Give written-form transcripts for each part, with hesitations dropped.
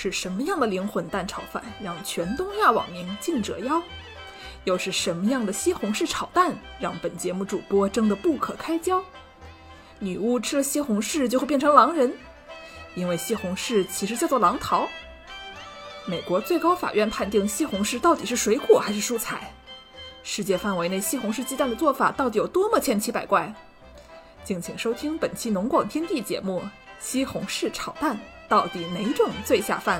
是什么样的灵魂蛋炒饭让全东亚网民竞折腰？又是什么样的西红柿炒蛋让本节目主播争得不可开交？女巫吃了西红柿就会变成狼人，因为西红柿其实叫做狼桃。美国最高法院判定西红柿到底是水果还是蔬菜？世界范围内西红柿鸡蛋的做法到底有多么千奇百怪？敬请收听本期农广天地节目，西红柿炒蛋到底哪种最下饭？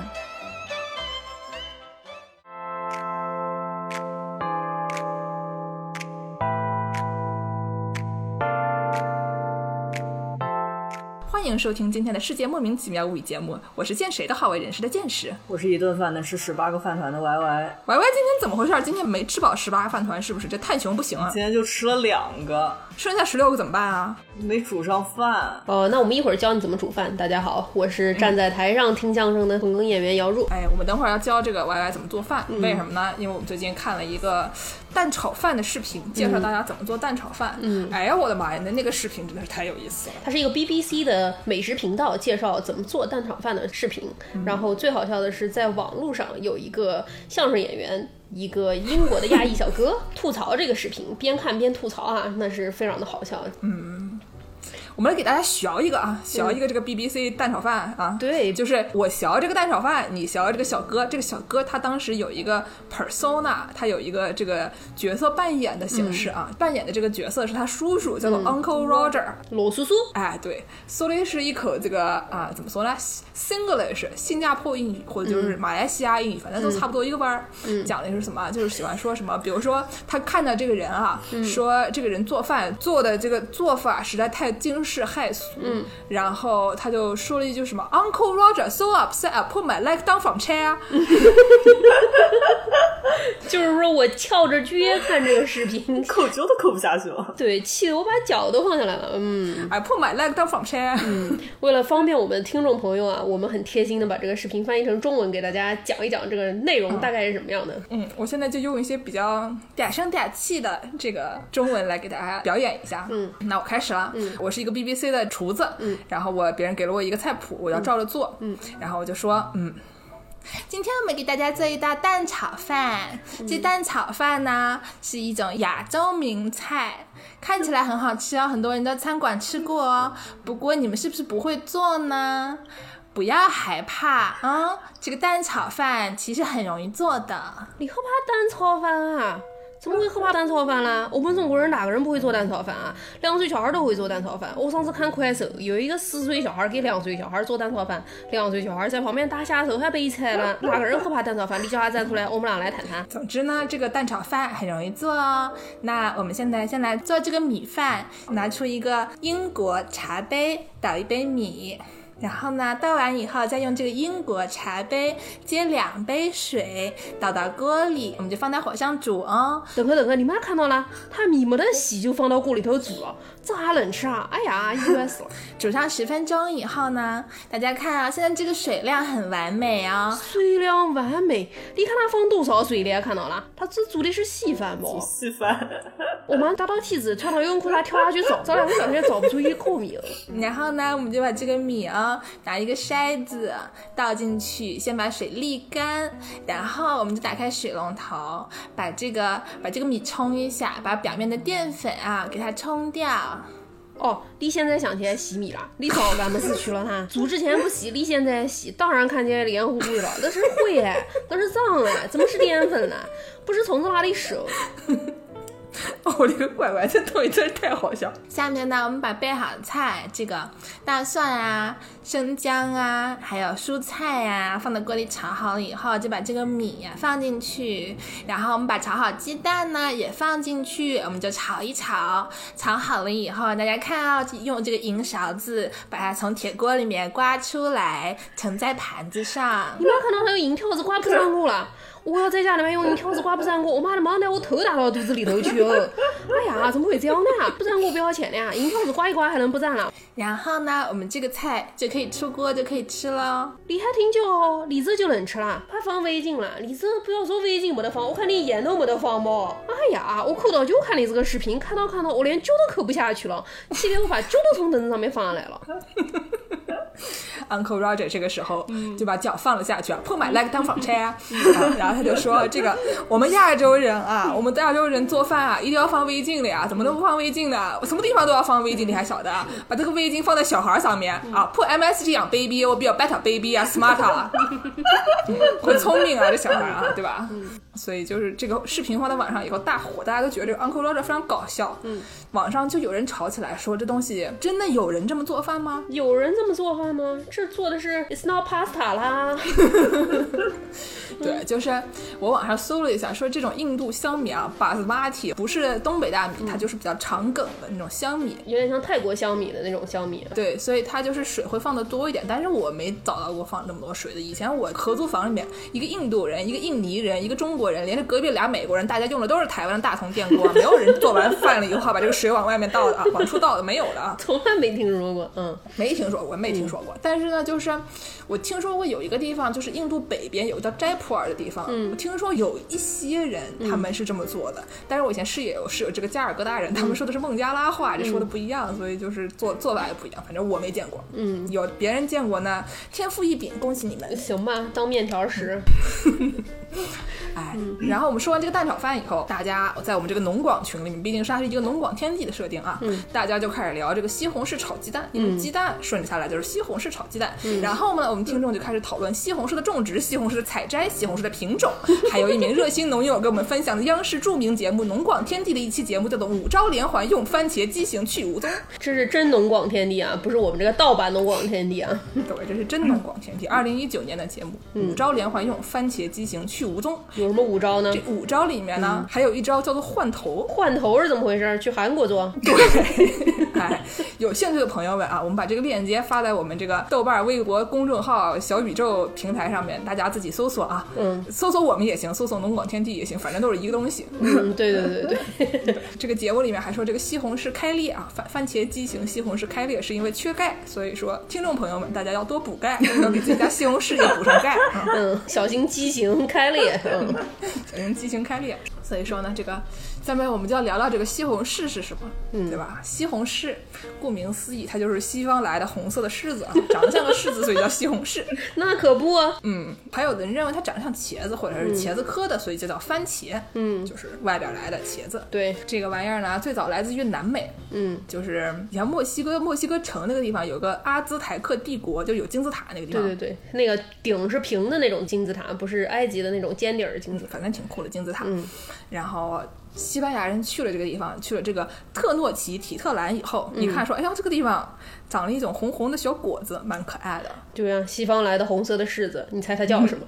欢迎收听今天的世界莫名其妙物语节目，我是见谁的好为人师的见识， 我是一顿饭的吃18个饭团的 YY。 今天怎么回事？今天没吃饱18个饭团是不是？这太穷不行啊！ 今天就吃了2个， 剩下16个怎么办啊？ 没煮上饭。 那我们一会儿教你怎么煮饭。大家好，我是站在台上听相声的混梗演员姚若。 我们等会儿要教这个 YY 怎么做饭，为什么呢？因为我们最近看了一个蛋炒饭的视频，介绍大家怎么做蛋炒饭。我的妈呀，那个视频真的是太有意思了。 它是一个 BBC 的美食频道介绍怎么做蛋炒饭的视频，然后最好笑的是在网络上有一个相声演员，一个英国的亚裔小哥吐槽这个视频，边看边吐槽啊，那是非常的好笑。 我们来给大家学一个这个 BBC 蛋炒饭啊。 对， 就是我学这个蛋炒饭，你学这个小哥。这个小哥他当时有一个 persona， 他有一个这个角色扮演的形式啊，扮演的这个角色是他叔叔，叫做 Uncle Roger， 罗叔叔。 对，说的是一口这个怎么说呢 ，Singlish 新加坡英语或者就是马来西亚英语，反正都差不多一个班儿。讲的是什么？就是喜欢说什么，比如说他看到这个人啊，说这个人做饭做的这个做法实在太惊世骇俗，然后他就说了一句什么 Uncle Roger so upset I put my leg down from chair 就是说我翘着撅看这个视频， 口揪都扣不下去了。 对，气得我把脚都放下来了。 I put my leg down from chair 为了方便我们听众朋友啊，我们很贴心的把这个视频翻译成中文给大家讲一讲这个内容大概是什么样的。 我现在就用一些比较嗲声嗲气的这个中文来给大家表演一下。那我开始了。我是一个 BBC 的厨子，然后别人给了我一个菜谱，我要照着做。然后我就说今天我们给大家做一道蛋炒饭。这蛋炒饭呢是一种亚洲名菜，看起来很好吃哦，很多人都餐馆吃过哦。不过你们是不是不会做呢？不要害怕啊，这个蛋炒饭其实很容易做的。 你害怕蛋炒饭啊？怎么会害怕蛋炒饭啦？我们中国人哪个人不会做蛋炒饭啊？2岁小孩都会做蛋炒饭。我上次看快手，有一个4岁小孩给2岁小孩做蛋炒饭，2岁小孩在旁边打下手还被踩了。哪个人会怕蛋炒饭？你叫他站出来，我们俩来谈谈。 总之呢，这个蛋炒饭很容易做哦。那我们现在先来做这个米饭，拿出一个英国茶杯，倒一杯米。然后呢，倒完以后再用这个英国茶杯接2杯水倒到锅里，我们就放在火上煮哦。 等会，你妈看到了，他米没得洗就放到锅里头煮了，这还能吃啊？哎呀，意外死了！ 煮上10分钟以后呢，大家看啊，现在这个水量很完美哦。 水量完美，你看他放多少水了？看到了，他只煮的是稀饭不？ 稀饭。 我妈打到梯子，跳到游泳裤，她跳下去找2个小时找不出一口米了。 然后呢，我们就把这个米拿一个筛子倒进去，先把水沥干，然后我们就打开水龙头，把这个米冲一下，把表面的淀粉给它冲掉。 你现在想起来洗米了？你早干么事去了他？煮之前不洗，你现在洗，当然看起来脸糊糊的了。那是灰那是脏怎么是淀粉呢？不是从哪里熟？ 这个乖乖这东西真是太好笑。下面呢，我们把备好的菜，这个大蒜啊、生姜啊，还有蔬菜啊，放到锅里炒好了以后，就把这个米放进去，然后我们把炒好鸡蛋呢也放进去，我们就炒一炒。炒好了以后，大家看用这个银勺子把它从铁锅里面刮出来，盛在盘子上。 你没有看到他用银条子刮不上锅了？我要在家里面用银条子刮不粘锅，我妈的妈的，我头打到肚子里头去了。哎呀，怎么会这样呢？不粘锅不要钱的呀，银条子刮一刮还能不粘了。 然后呢，我们这个菜就可以出锅，就可以吃了。 你还挺久哦，李子就能吃了，还放味精了。李子不要说味精没得放，我看你盐都没得放嘛。哎呀，我口到就看你这个视频，看到我连酒都口不下去了，气得我把酒都从凳子上面放下来了。 Uncle Roger 这个时候就把脚放了下去啊 ，Put my leg down from chair，然后他就说这个我们亚洲人啊，我们亚洲人做饭啊，一定要放微镜的呀，怎么都不放微镜的？什么地方都要放微镜，你还晓得啊？把这个微镜放在小孩上面啊 ，Put MSG on baby， 我比较 better baby 啊 ，smart 啊，会聪明啊，这小孩啊，对吧？所以就是这个视频放在网上以后大火，大家都觉得这个 Uncle Roger 非常搞笑。网上就有人吵起来说，这东西真的有人这么做饭吗？ 有人这么做饭吗？这做的是 It's not pasta 啦。 对，就是我网上搜了一下，说这种印度香米啊，巴斯马提不是东北大米，它就是比较长梗的那种香米， 有点像泰国香米的那种香米。 对，所以它就是水会放的多一点，但是我没找到过放那么多水的。以前我合租房里面，一个印度人，一个印尼人，一个中国人，连着隔壁俩美国人，大家用的都是台湾的大同电锅，没有人做完饭了以后把这个水往外面倒的啊，往出倒的没有的啊， 从来没听说过。 没听说过。但是呢，就是我听说过有一个地方，就是印度北边有个叫斋普尔的地方，我听说有一些人他们是这么做的，但是我以前室友这个加尔各答人，他们说的是孟加拉话，这说的不一样，所以就是做法也不一样，反正我没见过。有别人见过呢，天赋异禀，恭喜你们。 行吧，当面条吃。 然后我们说完这个蛋炒饭以后，大家在我们这个农广群里面，毕竟是它是一个农广天地的设定啊，大家就开始聊这个西红柿炒鸡蛋，因为鸡蛋顺着下来就是西红柿炒鸡蛋。然后呢，我们听众就开始讨论西红柿的种植、西红柿的采摘、西红柿的品种，还有一名热心农友给我们分享的央视著名节目《农广天地》的一期节目，叫做5招连环用番茄畸形去无踪。 这是真农广天地啊，不是我们这个盗版农广天地啊。 对，这是真农广天地，2019年的节目，5招连环用番茄畸形去无踪。 有什么5招呢？ 这5招里面呢，还有一招叫做换头。 换头是怎么回事？去韩国做？ 对，有兴趣的朋友们啊，我们把这个链接发在我们这个豆瓣微博公众号小宇宙平台上面，大家自己搜索啊，搜索我们也行，搜索农广天地也行，反正都是一个东西。 对。 这个节目里面还说这个西红柿开裂啊，番茄畸形西红柿开裂是因为缺钙，所以说听众朋友们大家要多补钙，要给自己家西红柿也补上钙。 小心畸形开裂。 小心畸形开裂。所以说呢，这个下面我们就要聊聊这个西红柿是什么，对吧？西红柿顾名思义，它就是西方来的红色的柿子啊，长得像个柿子，所以叫西红柿。 那可不啊。 还有的人认为它长得像茄子或者是茄子科的，所以就叫番茄。就是外边来的茄子。 对， 这个玩意儿呢，最早来自于南美。就是你看墨西哥城那个地方有个阿兹台克帝国，就有金字塔那个地方。 对，那个顶是平的那种金字塔，不是埃及的那种尖顶的金字塔， 反正挺酷的金字塔。然后西班牙人去了这个地方，去了这个特诺奇体特兰以后，一看说，哎呀，这个地方长了一种红红的小果子，蛮可爱的。 对啊，西方来的红色的柿子，你猜它叫什么？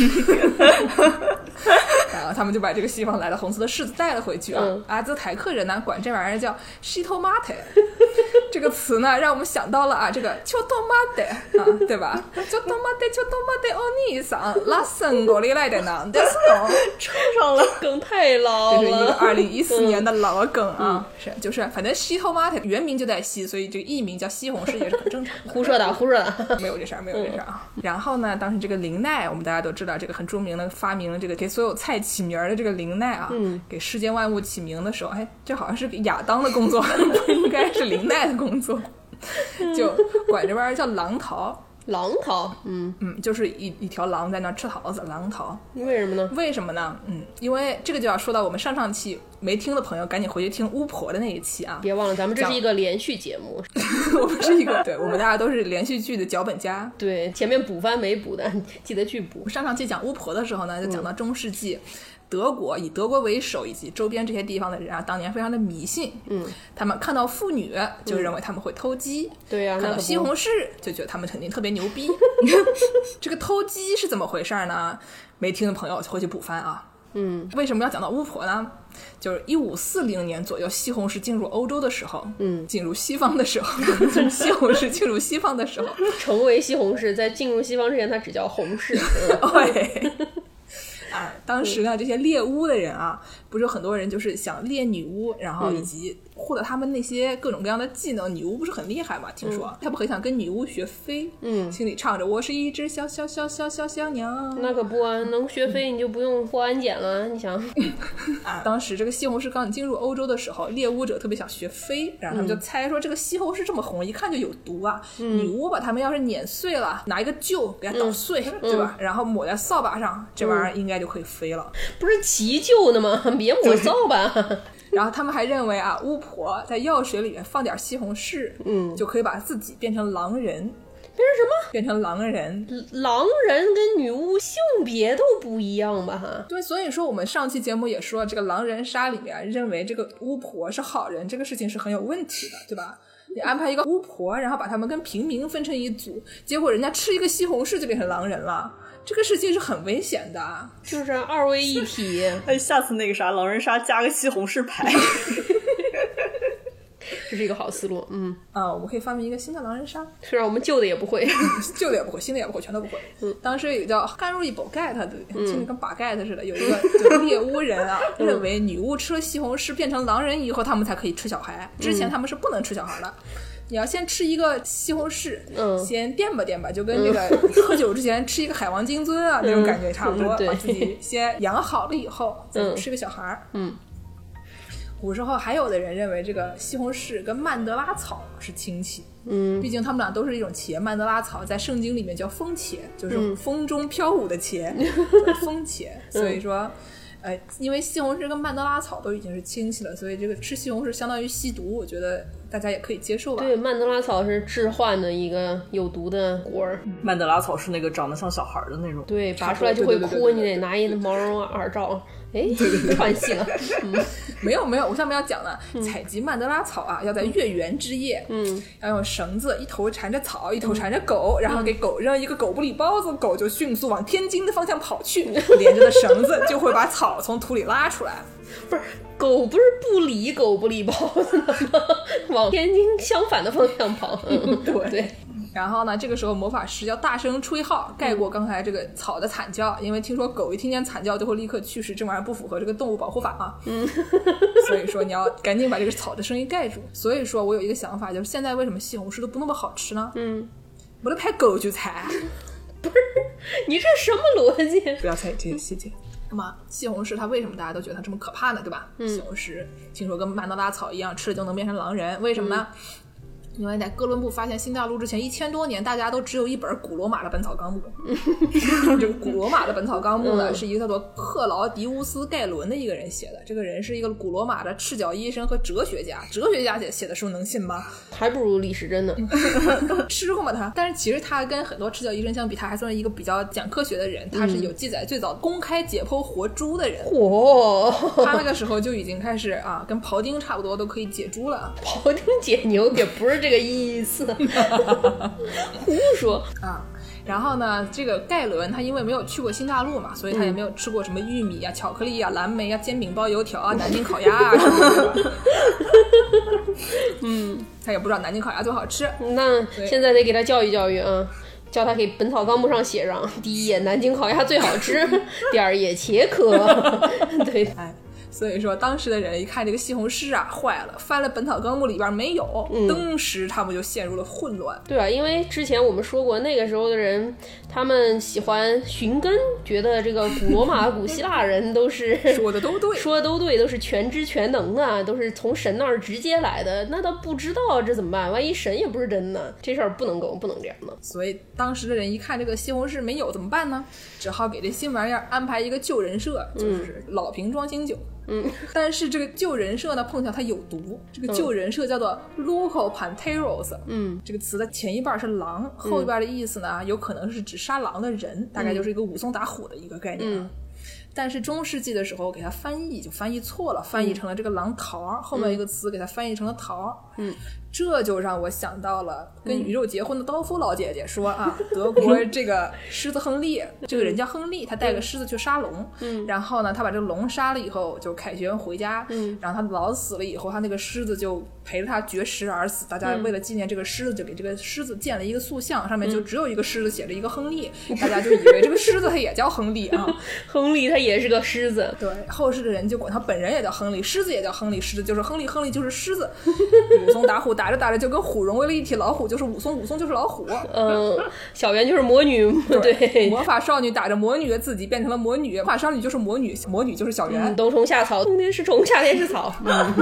然后他们就把这个西方来的红色的柿子带了回去啊。阿兹台克人呢，管这玩意儿叫 shitomate， 这个词呢，让我们想到了啊，这个 chotomate 啊，对吧 ？chotomate お兄さん、ラッスンゴリ来的呢，对吧？ 串上了，梗太老了， 这是一个2014年的老梗啊。就是反正 shitomate 原名就在西，所以这个艺名叫西红柿也是很正常的。 胡说的， 没有这事儿啊。然后呢，当时这个林奈，我们大家都知道，这个很著名的发明了这个给所有菜起名的这个林奈啊，给世间万物起名的时候，哎，这好像是亚当的工作，不应该是林奈的工作，就管这玩意儿叫狼桃。 狼桃， 就是一条狼在那吃桃子，狼桃。 为什么呢？ 因为这个就要说到我们上期没听的朋友，赶紧回去听巫婆的那一期啊！ 别忘了，咱们这是一个连续节目， 我们是一个，对，我们大家都是连续剧的脚本家。 对，前面补番没补的，记得去补。 上期讲巫婆的时候呢，就讲到中世纪。德国以德国为首以及周边这些地方的人啊，当年非常的迷信。他们看到妇女就认为他们会偷鸡， 对呀， 看到西红柿就觉得他们肯定特别牛逼。这个偷鸡是怎么回事呢？没听的朋友回去补番啊。为什么要讲到巫婆呢？就是1540年左右，西红柿进入欧洲的时候，进入西方的时候，西红柿进入西方的时候， 成为西红柿，在进入西方之前，它只叫红柿。 对。当时呢，这些猎巫的人啊，不是有很多人就是想猎女巫，然后以及获得他们那些各种各样的技能。女巫不是很厉害嘛？听说他不很想跟女巫学飞，心里唱着我是一只小小小小小小鸟。 那可不啊，能学飞你就不用过安检了。你想当时这个西红柿刚进入欧洲的时候，猎巫者特别想学飞，然后他们就猜说这个西红柿这么红，一看就有毒啊。女巫把它们要是碾碎了，拿一个臼给它捣碎，对吧？然后抹在扫把上，这玩意儿应该就可以飞了。 不是骑臼呢吗？别抹扫把。 然后他们还认为啊，巫婆在药水里面放点西红柿，就可以把自己变成狼人。 变成什么？ 变成狼人。 狼人跟女巫性别都不一样吧？哈， 对，所以说我们上期节目也说，这个狼人杀里面认为这个巫婆是好人，这个事情是很有问题的，对吧？你安排一个巫婆，然后把他们跟平民分成一组，结果人家吃一个西红柿就变成狼人了，这个事情是很危险的。 就是二位一体。 哎，下次那个啥，狼人杀加个西红柿牌。 这是一个好思路。 我们可以发明一个新的狼人杀， 虽然我们旧的也不会。 旧的也不会，新的也不会，全都不会。当时有个叫甘瑞宝盖特的，听着跟把盖特似的，有一个就是猎巫人啊，认为女巫吃了西红柿变成狼人以后，他们才可以吃小孩，之前他们是不能吃小孩的。你要先吃一个西红柿，先垫吧垫吧，就跟这个喝酒之前吃一个海王金樽啊那种感觉差不多，把自己先养好了以后，再吃个小孩。古时候还有的人认为这个西红柿跟曼德拉草是亲戚，毕竟他们俩都是一种茄，曼德拉草在圣经里面叫风茄，就是风中飘舞的茄，风茄。所以说因为西红柿跟曼德拉草都已经是亲戚了，所以这个吃西红柿相当于吸毒，我觉得大家也可以接受吧。 对，曼德拉草是致幻的一个有毒的果儿。 曼德拉草是那个长得像小孩的那种， 对，拔出来就会哭，你得拿一毛绒耳罩。哎，串戏了。 没有，我下面要讲的，采集曼德拉草啊，要在月圆之夜，要用绳子一头缠着草，一头缠着狗，然后给狗扔一个狗不理包子，狗就迅速往天津的方向跑去，连着的绳子就会把草从土里拉出来。 不是，狗不是不理狗不理包子的吗？往天津相反的方向跑。对。 然后呢，这个时候魔法师要大声吹号，盖过刚才这个草的惨叫，因为听说狗一听见惨叫就会立刻去世，这玩意儿不符合这个动物保护法啊。所以说你要赶紧把这个草的声音盖住。所以说我有一个想法，就是现在为什么西红柿都不那么好吃呢？我都派狗去采。 不是，你这什么逻辑？ 不要猜这些细节。那么西红柿它为什么大家都觉得它这么可怕呢？对吧？西红柿听说跟曼德拉草一样，吃了就能变成狼人，为什么呢？因为在哥伦布发现新大陆之前1000多年，大家都只有一本古罗马的本草纲目。这个古罗马的本草纲目呢，是一个叫做克劳迪乌斯盖伦的一个人写的。这个人是一个古罗马的赤脚医生和哲学家。哲学家写的书能信吗？ 还不如李时珍呢。 吃过吗他？但是其实他跟很多赤脚医生相比，他还算是一个比较讲科学的人。他是有记载最早公开解剖活猪的人。他那个时候就已经开始啊，跟庖丁差不多，都可以解猪了。 庖丁解牛也不是这个意思。胡说啊！然后呢，这个盖伦他因为没有去过新大陆嘛，所以他也没有吃过什么玉米啊、巧克力啊、蓝莓啊、煎饼包油条啊、南京烤鸭啊什么的。他也不知道南京烤鸭多好吃。 那现在得给他教育教育啊，叫他给《本草纲目》上写上：第一页南京烤鸭最好吃，第二页茄科。对， 所以说当时的人一看这个西红柿啊，坏了，翻了《本草纲目》里边没有，当时他们就陷入了混乱。 对啊，因为之前我们说过，那个时候的人他们喜欢寻根，觉得这个古罗马古希腊人都是说的都对， 都是全知全能啊，都是从神那儿直接来的。那他不知道这怎么办？万一神也不是真的，这事儿不能这样的。 所以当时的人一看这个西红柿没有怎么办呢？只好给这新玩意儿安排一个旧人设，就是老瓶装新酒。但是这个旧人设呢，碰巧它有毒。这个旧人设叫做 Luco Panteros。这个词的前一半是狼，后一半的意思呢，有可能是指杀狼的人，大概就是一个武松打虎的一个概念。但是中世纪的时候给它翻译就翻译错了，翻译成了这个狼桃，后面一个词给它翻译成了桃。 这就让我想到了跟宇宙结婚的刀夫老姐姐说啊，德国这个狮子亨利，这个人叫亨利，他带个狮子去杀龙，然后呢，他把这个龙杀了以后，就凯旋回家，然后他老死了以后，他那个狮子就陪着他绝食而死。大家为了纪念这个狮子，就给这个狮子建了一个塑像，上面就只有一个狮子，写着一个亨利，大家就以为这个狮子他也叫亨利啊。 亨利他也是个狮子， 对，后世的人就管他本人也叫亨利，狮子也叫亨利，狮子就是亨利，亨利就是狮子。武松打虎打着打着就跟虎融为了一体，老虎就是武松，武松就是老虎。 小圆就是魔女，对， 魔法少女打着魔女，自己变成了魔女，魔法少女就是魔女，魔女就是小圆。 冬虫夏草，冬天是虫，夏天是草。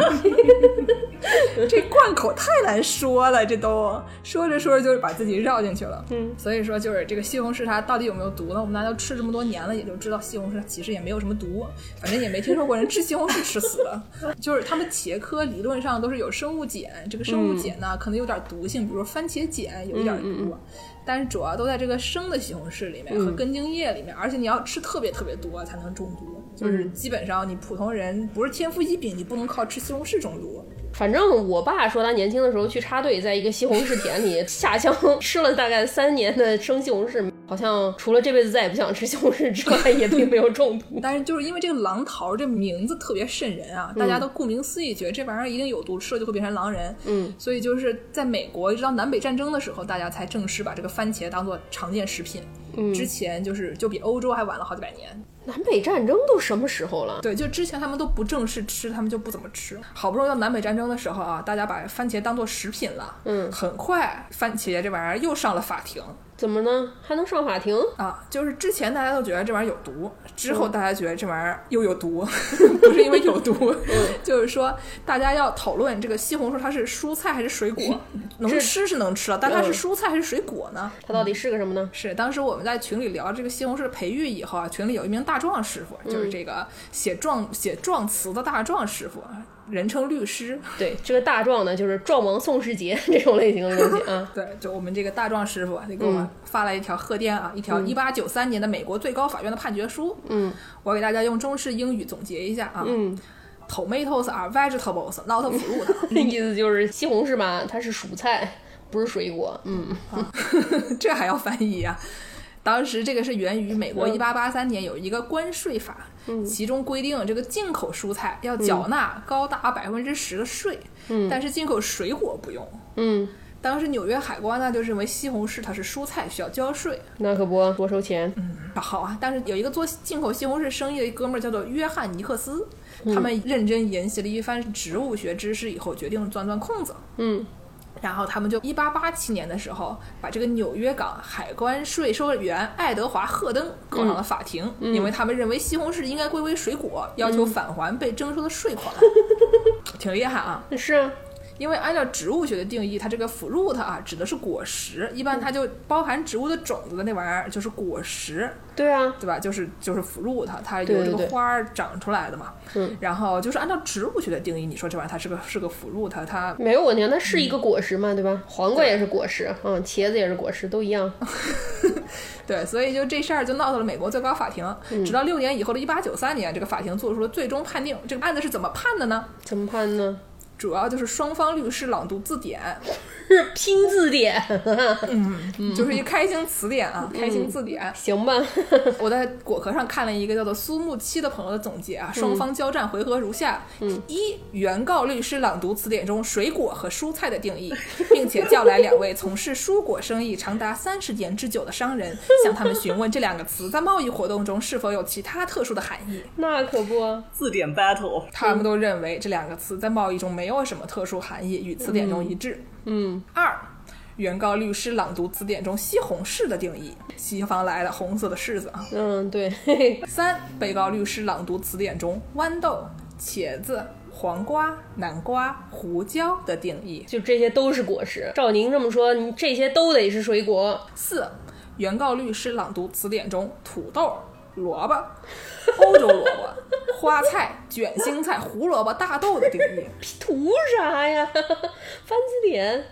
这贯口太难说了，这都说着说着就把自己绕进去了。所以说就是这个西红柿它到底有没有毒呢？我们大家都吃这么多年了，也就知道西红柿其实也没有什么毒，反正也没听说过人吃西红柿吃死的。就是他们茄科理论上都是有生物碱，这个生物碱呢可能有点毒性，比如说番茄碱有一点毒。但是主要都在这个生的西红柿里面和根茎叶里面，而且你要吃特别特别多才能中毒，就是基本上你普通人不是天赋异禀，你不能靠吃西红柿中毒。 反正我爸说他年轻的时候去插队，在一个西红柿田里下乡吃了大概3年的生西红柿，好像除了这辈子再也不想吃西红柿之外，也并没有中毒。 但是就是因为这个狼桃这名字特别瘆人啊，大家都顾名思义觉得这玩意儿一定有毒，吃了就会变成狼人。所以就是在美国一直到南北战争的时候，大家才正式把这个番茄当做常见食品。之前就比欧洲还晚了好几百年。 南北战争都什么时候了？ 对，就之前他们都不正式吃，他们就不怎么吃。好不容易到南北战争的时候啊，大家把番茄当做食品了。很快番茄这玩意儿又上了法庭。 怎么呢？还能上法庭啊？就是之前大家都觉得这玩意儿有毒，之后大家觉得这玩意儿又有毒，不是因为有毒，就是说大家要讨论这个西红柿它是蔬菜还是水果，能吃是能吃了，但它是蔬菜还是水果呢？ 它到底是个什么呢？ 是当时我们在群里聊这个西红柿的培育以后啊，群里有一名大壮师傅，就是这个写状词的大壮师傅。人称律师。 对，这个大壮呢就是壮王宋世杰这种类型的东西啊。 对，就我们这个大壮师傅就给我们发来一条贺电啊，一条1893年的美国最高法院的判决书。我给大家用中式英语总结一下啊。Tomatoes are vegetables, not fruit。 意思就是西红柿吧，它是蔬菜，不是水果。 这还要翻译啊？当时这个是源于美国1883年有一个关税法，其中规定这个进口蔬菜要缴纳高达10%的税，但是进口水果不用。当时纽约海关呢就认为西红柿它是蔬菜，需要交税。 那可不，多收钱。 好啊。但是有一个做进口西红柿生意的一哥们儿叫做约翰尼克斯，他们认真研习了一番植物学知识以后，决定钻空子。然后他们就1887年的时候把这个纽约港海关税收员爱德华·赫登告上了法庭，因为他们认为西红柿应该归为水果，要求返还被征收的税款。挺厉害啊。 是啊， 因为按照植物学的定义，它这个 fruit 啊指的是果实，一般它就包含植物的种子的那玩意儿就是果实。 对啊， 对吧？就是 fruit， 它有这个花长出来的嘛。然后就是按照植物学的定义，你说这玩意儿它是个 fruit， 它没有问题，它是一个果实嘛，对吧？黄瓜也是果实，茄子也是果实，都一样。 对，所以就这事儿就闹到了美国最高法庭，直到6年以后的1893年，这个法庭做出了最终判定。这个案子是怎么判的呢？ 怎么判呢？ 主要就是双方律师朗读字典， 拼字典， 就是一开心词典啊，开心字典。 行吧。 我在果壳上看了一个叫做苏木七的朋友的总结啊，双方交战回合如下：一，原告律师朗读词典中水果和蔬菜的定义，并且叫来2位从事蔬果生意长达30年之久的商人，向他们询问这2个词在贸易活动中是否有其他特殊的含义。 那可不， 字典 battle， 他们都认为这2个词在贸易中没有什么特殊含义，与词典中一致。2，原告律师朗读词典中西红柿的定义，西方来的红色的柿子啊。 对。 3，被告律师朗读词典中豌豆、茄子、黄瓜、南瓜、胡椒的定义， 就这些都是果实。照您这么说，你这些都得是水果。 4，原告律师朗读词典中土豆、萝卜、欧洲萝卜、花菜、卷心菜、胡萝卜、大豆的定义。 图啥呀？翻字典。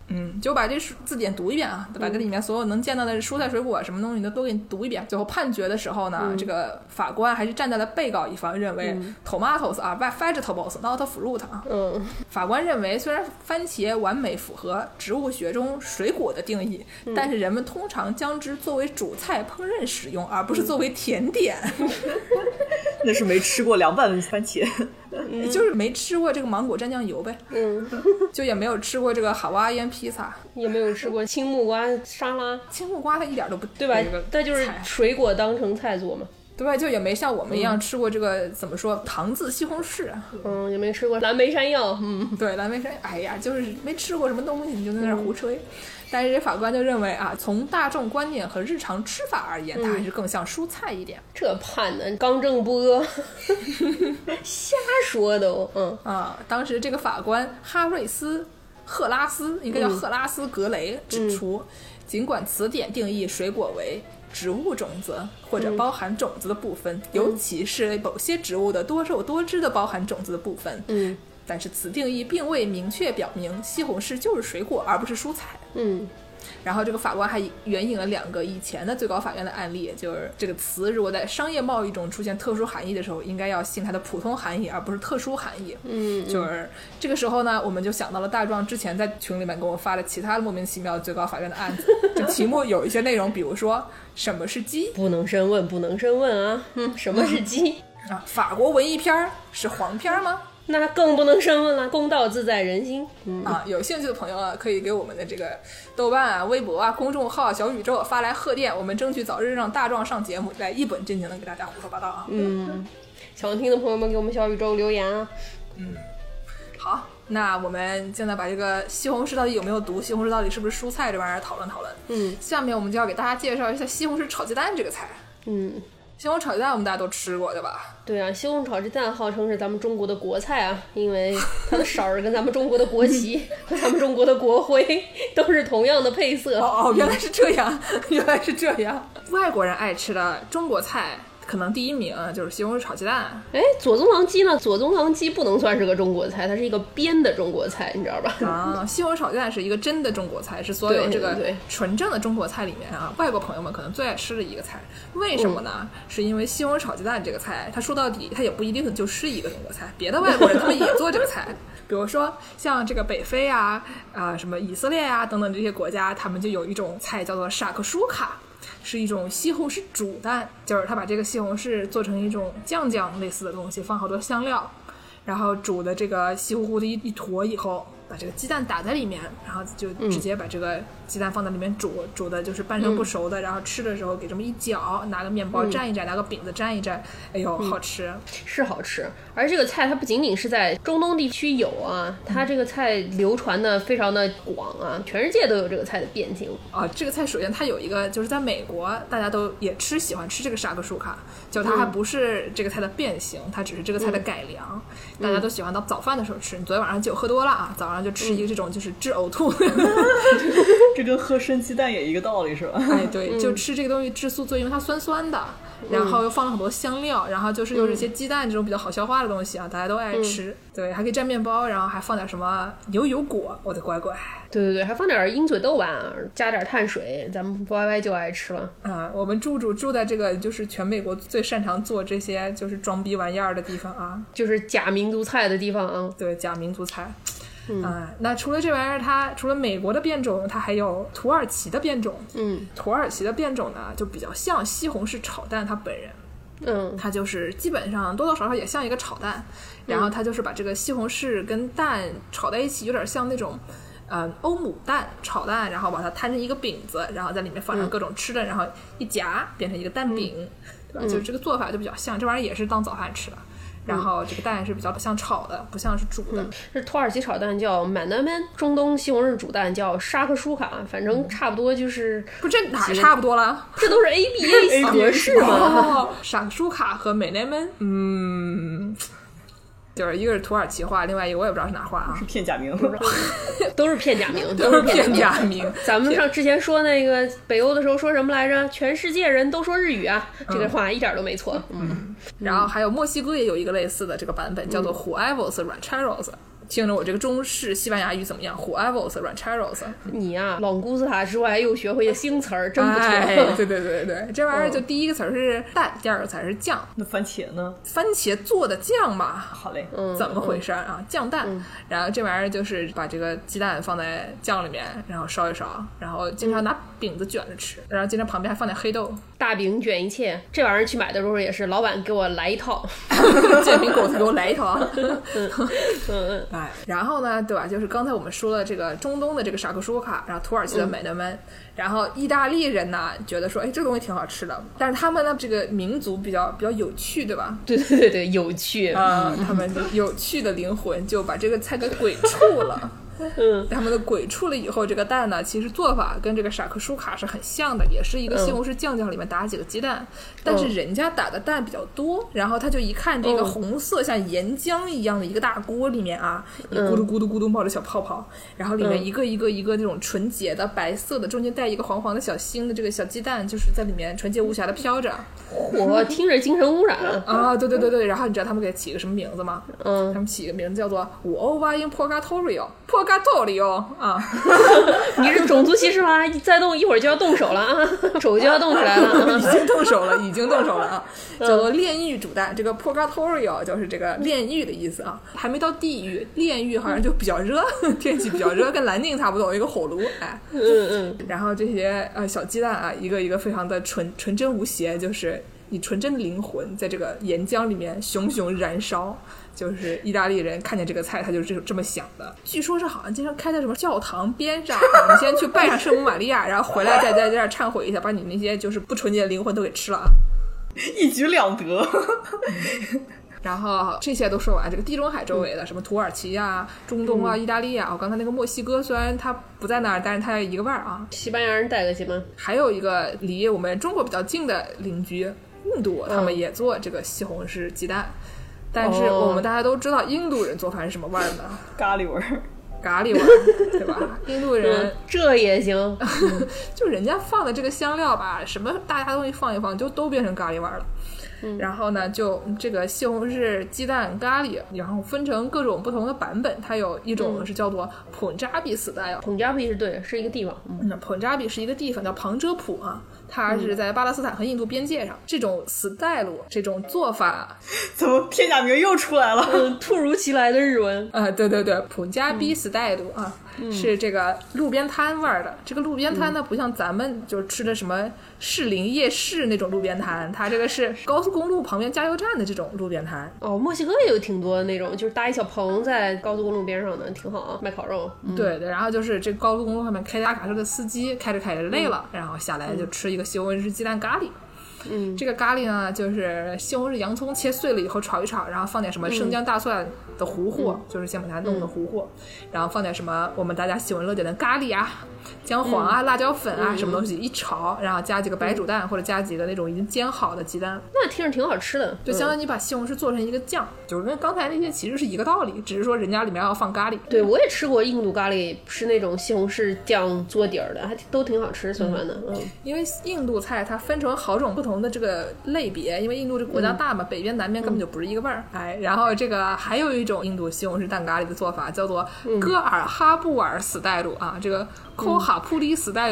就把这字典读一遍啊，把这里面所有能见到的蔬菜水果什么东西都给你读一遍。最后判决的时候呢，这个法官还是站在了被告一方，认为 tomatoes are vegetables not fruit 啊。法官认为虽然番茄完美符合植物学中水果的定义，但是人们通常将之作为主菜烹饪使用，而不是作为甜点。 那是没吃过凉拌番茄。 就是没吃过这个芒果蘸酱油呗，就也没有吃过这个哈瓦伊披萨， 也没有吃过青木瓜沙拉。 青木瓜它一点都不对吧？它就是水果当成菜做嘛。 对吧？就也没像我们一样吃过这个怎么说糖渍西红柿， 也没吃过蓝莓山药， 对，蓝莓山，哎呀，就是没吃过什么东西，你就在那儿胡吹。但是这法官就认为啊，从大众观念和日常吃法而言，它还是更像蔬菜一点。 这判的刚正不阿，瞎说都。 当时这个法官赫拉斯应该叫赫拉斯格雷指出，尽管词典定义水果为植物种子或者包含种子的部分，尤其是某些植物的多肉多汁的包含种子的部分，但是此定义并未明确表明西红柿就是水果而不是蔬菜。然后这个法官还援引了2个以前的最高法院的案例，就是这个词如果在商业贸易中出现特殊含义的时候，应该要信它的普通含义而不是特殊含义。就是这个时候呢，我们就想到了大壮之前在群里面给我们发的其他莫名其妙的最高法院的案子，这题目有一些内容，比如说什么是鸡， 不能深问，不能深问啊。什么是鸡法国文艺片是黄片吗？ 那更不能深问了，公道自在人心。 有兴趣的朋友啊，可以给我们的这个豆瓣啊、微博啊、公众号、小宇宙发来贺电，我们争取早日让大壮上节目，来一本正经的给大家胡说八道啊。 想听的朋友们给我们小宇宙留言啊。 好，那我们现在把这个西红柿到底有没有毒，西红柿到底是不是蔬菜这玩意儿讨论讨论。下面我们就要给大家介绍一下西红柿炒鸡蛋这个菜。西红柿炒鸡蛋我们大家都吃过对吧？ 对啊，西红柿炒鸡蛋号称是咱们中国的国菜啊，因为它的色儿跟咱们中国的国旗和咱们中国的国徽都是同样的配色。 原来是这样，原来是这样。外国人爱吃的中国菜可能第一名就是西红柿炒鸡蛋。 左宗棠鸡呢？左宗棠鸡不能算是个中国菜，它是一个编的中国菜，你知道吧？ 西红柿炒鸡蛋是一个真的中国菜，是所有这个纯正的中国菜里面啊，外国朋友们可能最爱吃的一个菜。为什么呢？是因为西红柿炒鸡蛋这个菜，它说到底它也不一定就是一个中国菜，别的外国人他们也做这个菜。比如说像这个北非啊、什么以色列啊等等这些国家，他们就有一种菜叫做沙克舒卡。是一种西红柿煮蛋，就是他把这个西红柿做成一种酱类似的东西，放好多香料，然后煮的这个稀乎乎的一坨以后，把这个鸡蛋打在里面，然后就直接把这个鸡蛋放在里面煮的就是半生不熟的，然后吃的时候给这么一搅，拿个面包蘸一蘸，拿个饼子蘸一蘸，哎呦好吃， 是好吃。而这个菜它不仅仅是在中东地区有啊，它这个菜流传的非常的广啊，全世界都有这个菜的变形啊。这个菜首先它有一个就是在美国大家都也喜欢吃这个沙克舒卡，就它还不是这个菜的变形，它只是这个菜的改良，大家都喜欢到早饭的时候吃。你昨天晚上酒喝多了啊，早上就吃一个这种就是治呕吐这跟喝生鸡蛋也一个道理是吧？ 对，就吃这个东西治宿醉，因为它酸酸的，然后又放了很多香料，然后就是有这些鸡蛋这种比较好消化的东西啊，大家都爱吃。对，还可以蘸面包，然后还放点什么牛油果，我的乖乖。 对，还放点鹰嘴豆吧，加点碳水，咱们 YY 就爱吃了。 我们住在这个就是全美国最擅长做这些就是装逼玩意儿的地方啊， 就是假民族菜的地方啊。 对，假民族菜。那除了这玩意儿，它除了美国的变种，它还有土耳其的变种。土耳其的变种呢，就比较像西红柿炒蛋它本人。它就是基本上多多少少也像一个炒蛋，然后它就是把这个西红柿跟蛋炒在一起，有点像那种欧姆蛋炒蛋，然后把它摊成一个饼子，然后在里面放上各种吃的，然后一夹变成一个蛋饼，对吧？就这个做法就比较像，这玩意儿也是当早饭吃的。然后这个蛋是比较像炒的，不像是煮的。 这土耳其炒蛋叫满南门，中东西红柿煮蛋叫沙克舒卡，反正差不多就是。 不，这哪差不多了？ 这都是 ABA 格式嘛。 沙克舒卡和美南门，就是一个是土耳其话，另外一个我也不知道是哪话啊， 是片假名， 都是片假名， 都是片假名。 咱们之前说那个北欧的时候说什么来着？全世界人都说日语啊，这个话一点都没错。 然后还有墨西哥也有一个类似的这个版本，叫做 Huevos Rancheros， 听着我这个中式西班牙语怎么样 ？Huevos rancheros。 你呀，朗古斯塔之外又学会了新词儿，真不错。 对对对对，这玩意儿就第一个词儿是蛋，第二个词儿是酱。 那番茄呢？ 番茄做的酱吧。 好嘞。 怎么回事啊？酱蛋。然后这玩意儿就是把这个鸡蛋放在酱里面，然后烧一烧，然后经常拿饼子卷着吃，然后经常旁边还放点黑豆。 大饼卷一切，这玩意儿去买的时候也是老板给我来一套， 煎饼果子给我来一套。哎，然后呢，对吧？就是刚才我们说了这个中东的这个沙克舒卡，然后土耳其的美德门，然后意大利人呢觉得说，哎，这个东西挺好吃的，但是他们呢这个民族比较有趣，对吧？ 对对对对，有趣啊、他们有趣的灵魂就把这个菜给鬼畜了。他们的鬼畜了以后，这个蛋呢，其实做法跟这个沙克舒卡是很像的，也是一个西红柿酱里面打几个鸡蛋，但是人家打的蛋比较多，然后他就一看这个红色像岩浆一样的一个大锅里面啊，咕嘟咕嘟咕嘟冒着小泡泡，然后里面一个那种纯洁的白色的，中间带一个黄黄的小星的这个小鸡蛋，就是在里面纯洁无瑕的飘着。 我听着精神污染啊！对对对对，然后你知道他们给起个什么名字吗？他们起个名字叫做Uova in Purgatorio 啊！ 你是种族歧视吗？再动一会儿就要动手了啊，手就要动起来了， 已经动手了啊！叫做炼狱煮蛋，这个 Purgatorio 就是这个炼狱的意思啊，还没到地狱，炼狱好像就比较热，天气比较热，跟南京差不多，一个火炉，哎，然后这些小鸡蛋啊，一个一个非常的纯真无邪，就是你纯真的灵魂在这个岩浆里面熊熊燃烧。就是意大利人看见这个菜他就是这么想的，据说是好像经常开在什么教堂边上，你先去拜上圣母玛利亚，然后回来再在这儿忏悔一下，把你那些就是不纯洁的灵魂都给吃了啊， 一举两得。 然后这些都说完，这个地中海周围的什么土耳其啊、中东啊、意大利啊，我刚才那个墨西哥虽然它不在那儿，但是它一个味儿啊。 西班牙人带个去吗？ 还有一个离我们中国比较近的邻居印度，他们也做这个西红柿鸡蛋。但是我们大家都知道印度人做饭是什么味儿呢？ 咖喱味儿， 对吧？印度人、 这也行， 就人家放的这个香料吧，什么大家东西放一放，就都变成咖喱味儿了。然后呢，就这个西红柿鸡蛋咖喱，然后分成各种不同的版本。它有一种是叫做普扎比style， 普扎比是对，是一个地方。 普扎比是一个地方，叫旁遮普啊。它是在巴勒斯坦和印度边界上，这种 style 这种做法， 怎么片假名又出来了？ 突如其来的日文对对对，普加比 style 啊，是这个路边摊味儿的。这个路边摊呢，不像咱们就吃的什么士林夜市那种路边摊，它这个是高速公路旁边加油站的这种路边摊。 哦，墨西哥也有挺多那种，就是搭一小棚在高速公路边上的，挺好啊，卖烤肉。 对对，然后就是这高速公路上面开大卡车的司机开着累了，然后下来就吃一个西红柿鸡蛋咖喱。这个咖喱呢，就是西红柿、洋葱切碎了以后炒一炒，然后放点什么生姜、大蒜的糊糊，就是先把它弄的糊糊，然后放点什么我们大家喜闻乐见的咖喱啊、姜黄啊、辣椒粉啊，什么东西一炒，然后加几个白煮蛋或者加几个那种已经煎好的鸡蛋， 那听着挺好吃的。 就相当于你把西红柿做成一个酱，就跟刚才那些其实是一个道理，只是说人家里面要放咖喱。 对，我也吃过印度咖喱，是那种西红柿酱做底儿的，还都挺好吃，酸酸的。 因为印度菜它分成好种不同的这个类别，因为印度这个国家大嘛，北边南边根本就不是一个味儿。哎，然后这个还有一种印度西红柿蛋咖喱的做法叫做戈尔哈布尔style啊，这个科哈普里style。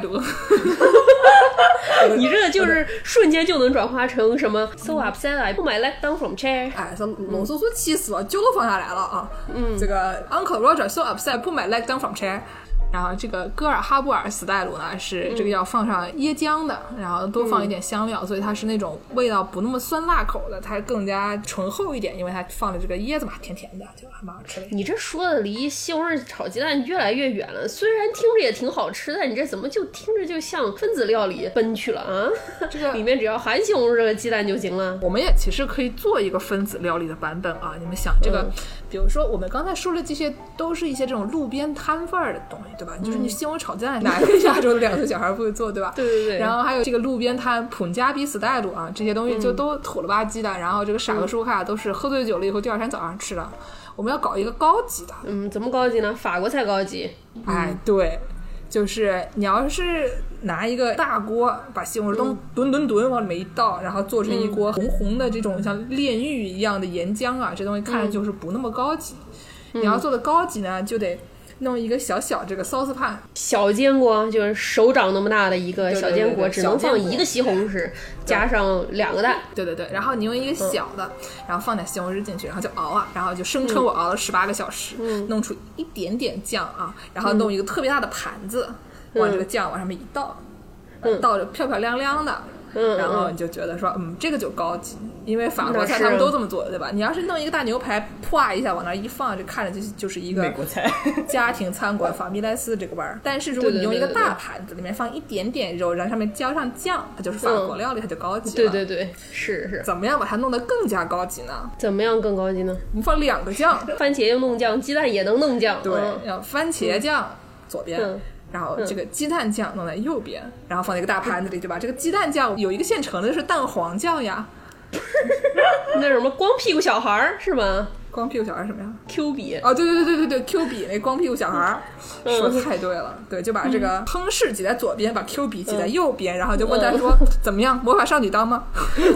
你这就是瞬间就能转化成什么 so upset I put my leg down from chair。 哎，说龙叔叔气死了，酒都放下来了啊。这个 Uncle Roger so upset I put my leg down from chair。然后这个戈尔哈布尔style呢是这个要放上椰浆的，然后多放一点香料，所以它是那种味道不那么酸辣口的，它更加醇厚一点，因为它放了这个椰子嘛，甜甜的，就还蛮好吃的。 你这说的离西红柿炒鸡蛋越来越远了，虽然听着也挺好吃，但你这怎么就听着就向分子料理奔去了啊？这个里面只要含西红柿和鸡蛋就行了。 我们也其实可以做一个分子料理的版本啊！你们想这个，比如说我们刚才说的这些都是一些这种路边摊味儿的东西，对吧？就是你西红柿炒鸡蛋，哪个亚洲的2岁小孩不会做，对吧？ 对对对。 然后还有这个路边摊普加比style啊，这些东西就都土了吧唧的。然后这个傻和舒卡都是喝醉酒了以后第二天早上吃的。我们要搞一个高级的。 怎么高级呢？法国菜高级。 哎，对。就是你要是拿一个大锅把西红柿吨往里面一倒，然后做成一锅红红的这种像炼狱一样的岩浆啊，这东西看着就是不那么高级。 你要做的高级呢，就得弄一个小小这个 saucepan， 小坚果就是手掌那么大的一个小坚果， 对对对对只能放一个西红柿，加上2个蛋。 对对对，然后你用一个小的，然后放点西红柿进去，然后就熬啊，然后就声称我熬了18个小时，弄出一点点酱啊，然后弄一个特别大的盘子，往这个酱往上面一倒，倒着漂漂亮亮的。然后你就觉得说，这个就高级，因为法国菜他们都这么做的，对吧？你要是弄一个大牛排，啪一下往那一放，这看着就是一个美国菜家庭餐馆法米莱斯这个味儿。但是如果你用一个大盘子，里面放一点点肉，然后上面浇上酱，它就是法国料理，它就高级了。 对对对，是。 怎么样把它弄得更加高级呢？ 怎么样更高级呢？ 你放2个酱， 番茄又弄酱，鸡蛋也能弄酱。 对，要番茄酱左边。然后这个鸡蛋酱弄在右边，然后放在一个大盘子里，对吧？这个鸡蛋酱有一个现成的，是蛋黄酱呀。 那什么光屁股小孩是吗？ 光屁股小孩什么呀 ？Q 比哦，对 ，Q 比那光屁股小孩，说太对了，对，就把这个亨氏挤在左边，把 Q 比挤在右边，然后就问他说怎么样，魔法少女当吗？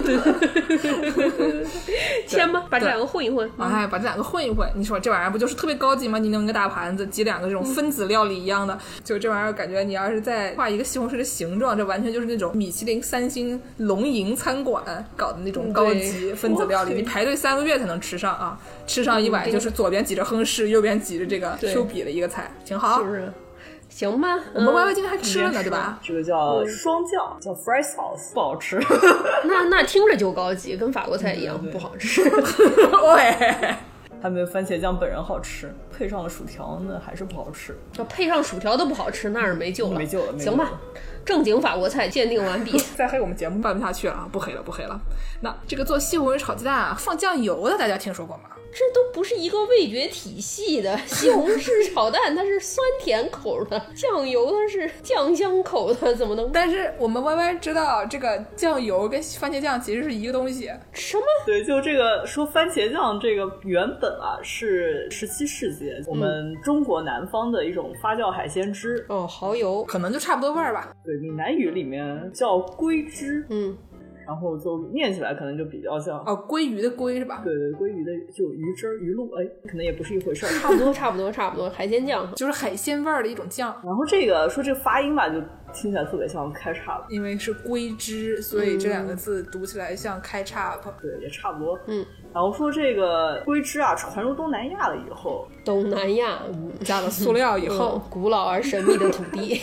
签吧，把这2个混一混。 哎，把这2个混一混，你说这玩意儿不就是特别高级吗？你弄一个大盘子，挤2个这种分子料理一样的，就这玩意儿，感觉你要是再画一个西红柿的形状，这完全就是那种米其林3星龙吟餐馆搞的那种高级分子料理，你排队3个月才能吃上啊！吃上一碗就是左边挤着亨氏，右边挤着这个 Q 比的一个菜，挺好。 是不是？行吧， 我们歪歪今天还吃了呢，对吧？ 这个叫双酱，叫 fry sauce， 不好吃。 那听着就高级，跟法国菜一样，不好吃。 喂。 还没有番茄酱本人好吃，配上了薯条那还是不好吃。 要配上薯条都不好吃，那是没救了。 没救了。 行吧，正经法国菜鉴定完毕。 再黑我们节目办不下去了啊！不黑了。那这个做西红柿炒鸡蛋啊，放酱油的，大家听说过吗？ 这都不是一个味觉体系的。西红柿炒蛋它是酸甜口的，酱油它是酱香口的，怎么能？ 但是我们歪歪知道这个酱油跟番茄酱其实是一个东西。 什么？ 对，就这个说番茄酱这个原本啊是17世纪我们中国南方的一种发酵海鲜汁。 哦，蚝油可能就差不多味儿吧。 对，闽南语里面叫龟汁。然后就念起来可能就比较像鲑鱼的鲑是吧？ 对，鲑鱼的就鱼汁鱼露，可能也不是一回事儿。 差不多，海鲜酱就是海鲜味儿的一种酱。 然后这个说这个发音吧，就听起来特别像开叉， 因为是龟汁，所以这2个字读起来像开叉。 对，也差不多。然后说这个龟汁啊，传入东南亚了以后， 东南亚加了塑料以后， 古老而神秘的土地。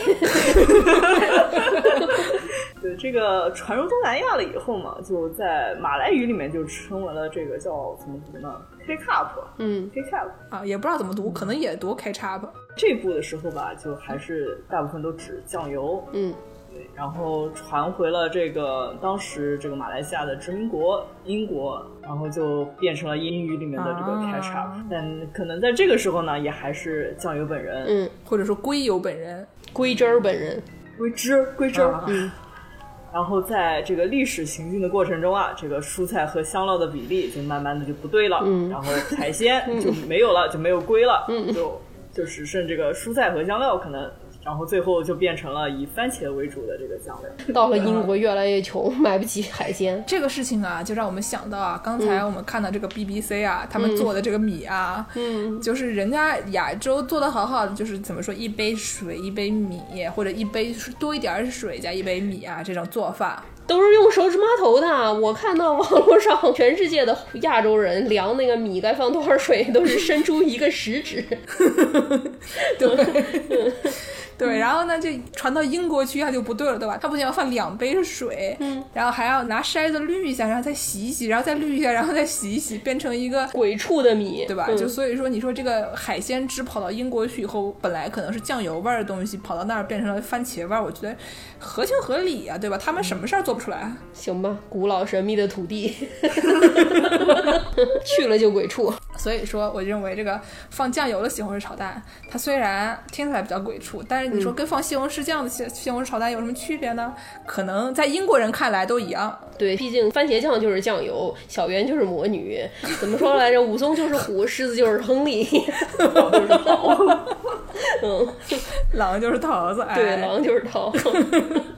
对，这个传入东南亚了以后嘛，就在马来语里面就称为了这个叫怎么读呢 ？Kecap。 啊，也不知道怎么读，可能也读 Kecap。 这步的时候吧，就还是大部分都指酱油。对，然后传回了这个当时这个马来西亚的殖民国英国，然后就变成了英语里面的这个 ketchup，但可能在这个时候呢，也还是酱油本人， 或者说龟油本人， 龟汁儿本人， 龟汁儿。然后在这个历史行进的过程中啊，这个蔬菜和香料的比例就慢慢的就不对了，然后海鲜就没有了，就没有龟了，就只剩这个蔬菜和香料可能。然后最后就变成了以番茄为主的这个酱料。 到了英国越来越穷，买不起海鲜。 这个事情啊，就让我们想到啊，刚才我们看到这个 BBC 啊，他们做的这个米啊，就是人家亚洲做的好好的，就是怎么说，一杯水一杯米，或者一杯多一点水加一杯米啊，这种做法。 都是用手指码头的。我看到网络上全世界的亚洲人量那个米该放多少水，都是伸出一个食指。 对，然后呢，就传到英国去，它就不对了，对吧？它不仅要放2杯水，然后还要拿筛子滤一下，然后再洗一洗，然后再滤一下，然后再洗一洗，变成一个鬼畜的米， 对吧？就所以说，你说这个海鲜汁跑到英国去以后，本来可能是酱油味的东西，跑到那儿变成了番茄味，我觉得合情合理啊，对吧？他们什么事儿做不出来？ 行吧，古老神秘的土地，去了就鬼畜。 所以说，我认为这个放酱油的西红柿炒蛋，它虽然听起来比较鬼畜，但是你说跟放西红柿酱的西红柿炒蛋有什么区别呢？可能在英国人看来都一样。 对，毕竟番茄酱就是酱油，小圆就是魔女，怎么说来着？武松就是虎，狮子就是亨利， 狼就是桃， 狼就是桃子， 对，狼就是桃。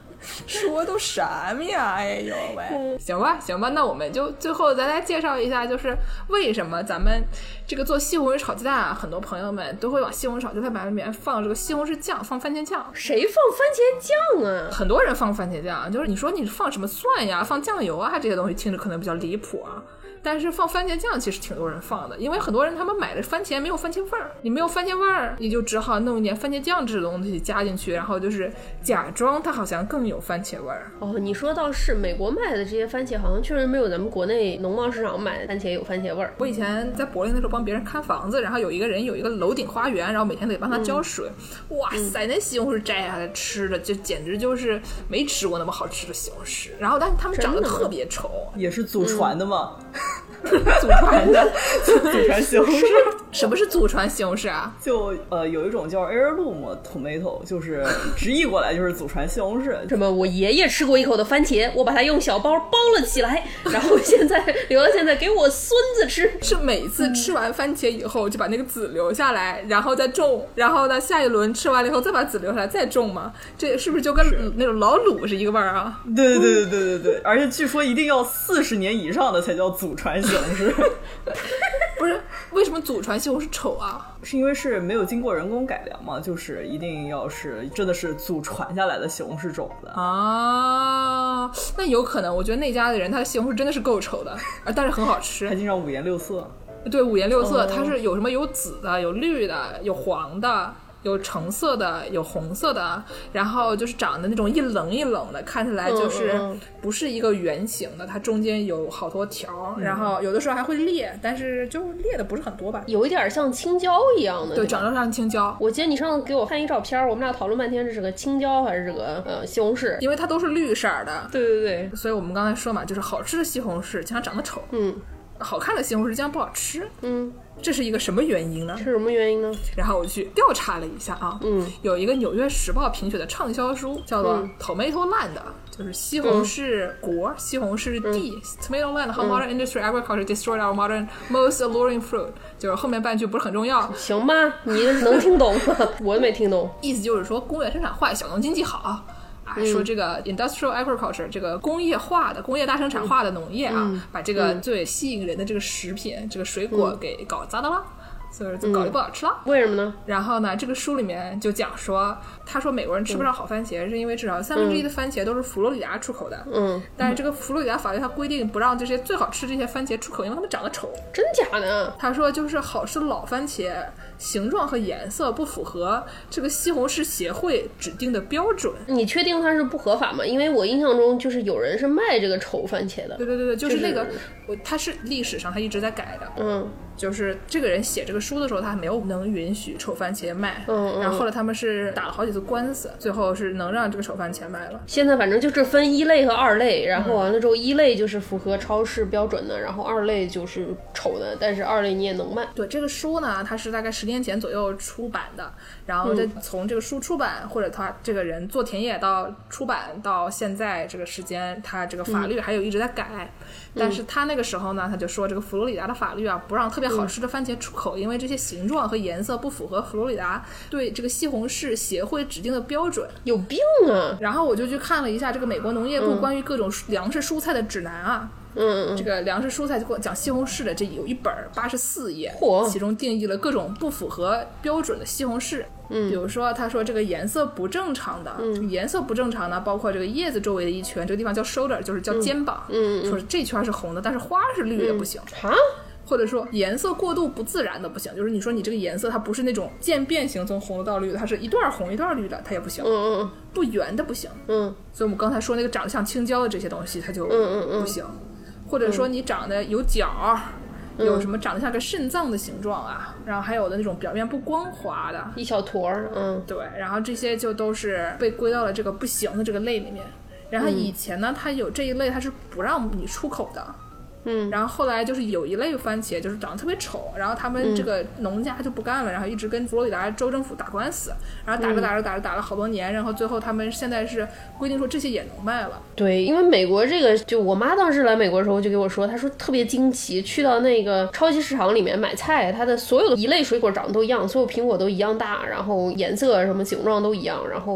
说都什么呀？哎呦喂！行吧，那我们就最后咱来介绍一下，就是为什么咱们这个做西红柿炒鸡蛋啊，很多朋友们都会往西红柿炒鸡蛋里面放这个西红柿酱，放番茄酱。 谁放番茄酱啊？ 很多人放番茄酱，就是你说你放什么蒜呀，放酱油啊，这些东西听着可能比较离谱啊。但是放番茄酱其实挺多人放的，因为很多人他们买的番茄没有番茄味儿，你没有番茄味儿，你就只好弄一点番茄酱这种东西加进去，然后就是假装它好像更有番茄味儿。 哦，你说倒是，美国卖的这些番茄好像确实没有咱们国内农贸市场买的番茄有番茄味儿。 我以前在柏林的时候帮别人看房子，然后有一个人有一个楼顶花园，然后每天得帮他浇水，哇塞，那西红柿摘下来吃的就简直就是没吃过那么好吃的西红柿，然后但是他们长得特别丑， 也是祖传的嘛。 祖传的祖传西红柿。 什么是祖传西红柿啊？ 就有一种叫 heirloom tomato， 就是直译过来就是祖传西红柿。 什么？我爷爷吃过一口的番茄，我把它用小包包了起来，然后现在留到现在给我孙子吃。 是每次吃完番茄以后就把那个籽留下来，然后再种，然后呢下一轮吃完了以后再把籽留下来再种吗？这是不是就跟那种老卤是一个味儿啊？ 对，而且据说一定要40年以上的才叫祖传西红柿。 不是，为什么祖传西红柿丑啊？ 是因为是没有经过人工改良嘛，就是一定要是真的是祖传下来的西红柿种子啊。那有可能，我觉得那家的人他的西红柿真的是够丑的，但是很好吃， 还经常五颜六色。 对，五颜六色，它是有什么有紫的，有绿的，有黄的。有橙色的，有红色的，然后就是长得那种一棱一棱的，看起来就是不是一个圆形的，它中间有好多条，然后有的时候还会裂，但是就裂的不是很多吧， 有一点像青椒一样的。 对，长得像青椒。 我记得你上次给我看一照片，我们俩讨论半天这是个青椒还是这个西红柿， 因为它都是绿色的。 对， 所以我们刚才说嘛，就是好吃的西红柿经常长得丑，好看的西红柿经常不好吃，这是一个什么原因呢？ 是什么原因呢？ 然后我去调查了一下啊，有一个《纽约时报》评选的畅销书叫做《Tomato Land》，就是西红柿国、西红柿地 Tomato Land How Modern Industry Agriculture Destroyed Our Modern Most Alluring Fruit， 就是后面半句不是很重要。 行吧，你能听懂吗？我没听懂。 意思就是说工业生产坏，小农经济好。说这个 industrial agriculture 这个工业化的工业大生产化的农业啊，把这个最吸引人的这个食品这个水果给搞砸的了，所以就搞得不好吃了。 为什么呢？ 然后呢，这个书里面就讲说，他说美国人吃不上好番茄，是因为至少1/3的番茄都是佛罗里达出口的。但是这个佛罗里达法律它规定不让这些最好吃这些番茄出口，因为它们长得丑。 真假的？ 他说就是好吃的老番茄形状和颜色不符合这个西红柿协会指定的标准。 你确定它是不合法吗？因为我印象中就是有人是卖这个丑番茄的。 对，就是那个，他是历史上他一直在改的。就是这个人写这个书的时候，他还没有能允许丑番茄卖。然后后来他们是打了好几次官司，最后是能让这个丑番茄卖了。 现在反正就是分1类和2类，然后完了之后1类就是符合超市标准的，然后2类就是丑的，但是2类你也能卖。 对，这个书呢，它是大概10年前左右出版的，然后从这个书出版或者他这个人做田野到出版到现在这个时间，他这个法律还有一直在改。但是他那个时候呢，他就说这个佛罗里达的法律啊，不让特别好吃的番茄出口，因为这些形状和颜色不符合佛罗里达对这个西红柿协会指定的标准。 有病啊！ 然后我就去看了一下这个美国农业部关于各种粮食蔬菜的指南啊。这个粮食蔬菜就给我讲西红柿的，这有一本84页，其中定义了各种不符合标准的西红柿。比如说他说这个颜色不正常的，这个颜色不正常呢，包括这个叶子周围的一圈，这个地方叫 shoulder， 就是叫肩膀，说这圈是红的，但是花是绿的不行。或者说颜色过度不自然的不行，就是你说你这个颜色它不是那种渐变型从红的到绿的，它是一段红一段绿的，它也不行。不圆的不行。所以我们刚才说那个长得像青椒的这些东西它就不行。或者说你长得有角，有什么长得像个肾脏的形状啊，然后还有的那种表面不光滑的一小坨儿。 对，然后这些就都是被归到了这个不行的这个类里面。然后以前呢，它有这一类它是不让你出口的。然后后来就是有一类番茄就是长得特别丑，然后他们这个农家就不干了，然后一直跟佛罗里达州政府打官司，然后打了好多年，然后最后他们现在是规定说这些也能卖了。 对，因为美国这个，就我妈当时来美国的时候就给我说，她说特别惊奇，去到那个超级市场里面买菜，它的所有的一类水果长得都一样，所有苹果都一样大，然后颜色什么形状都一样，然后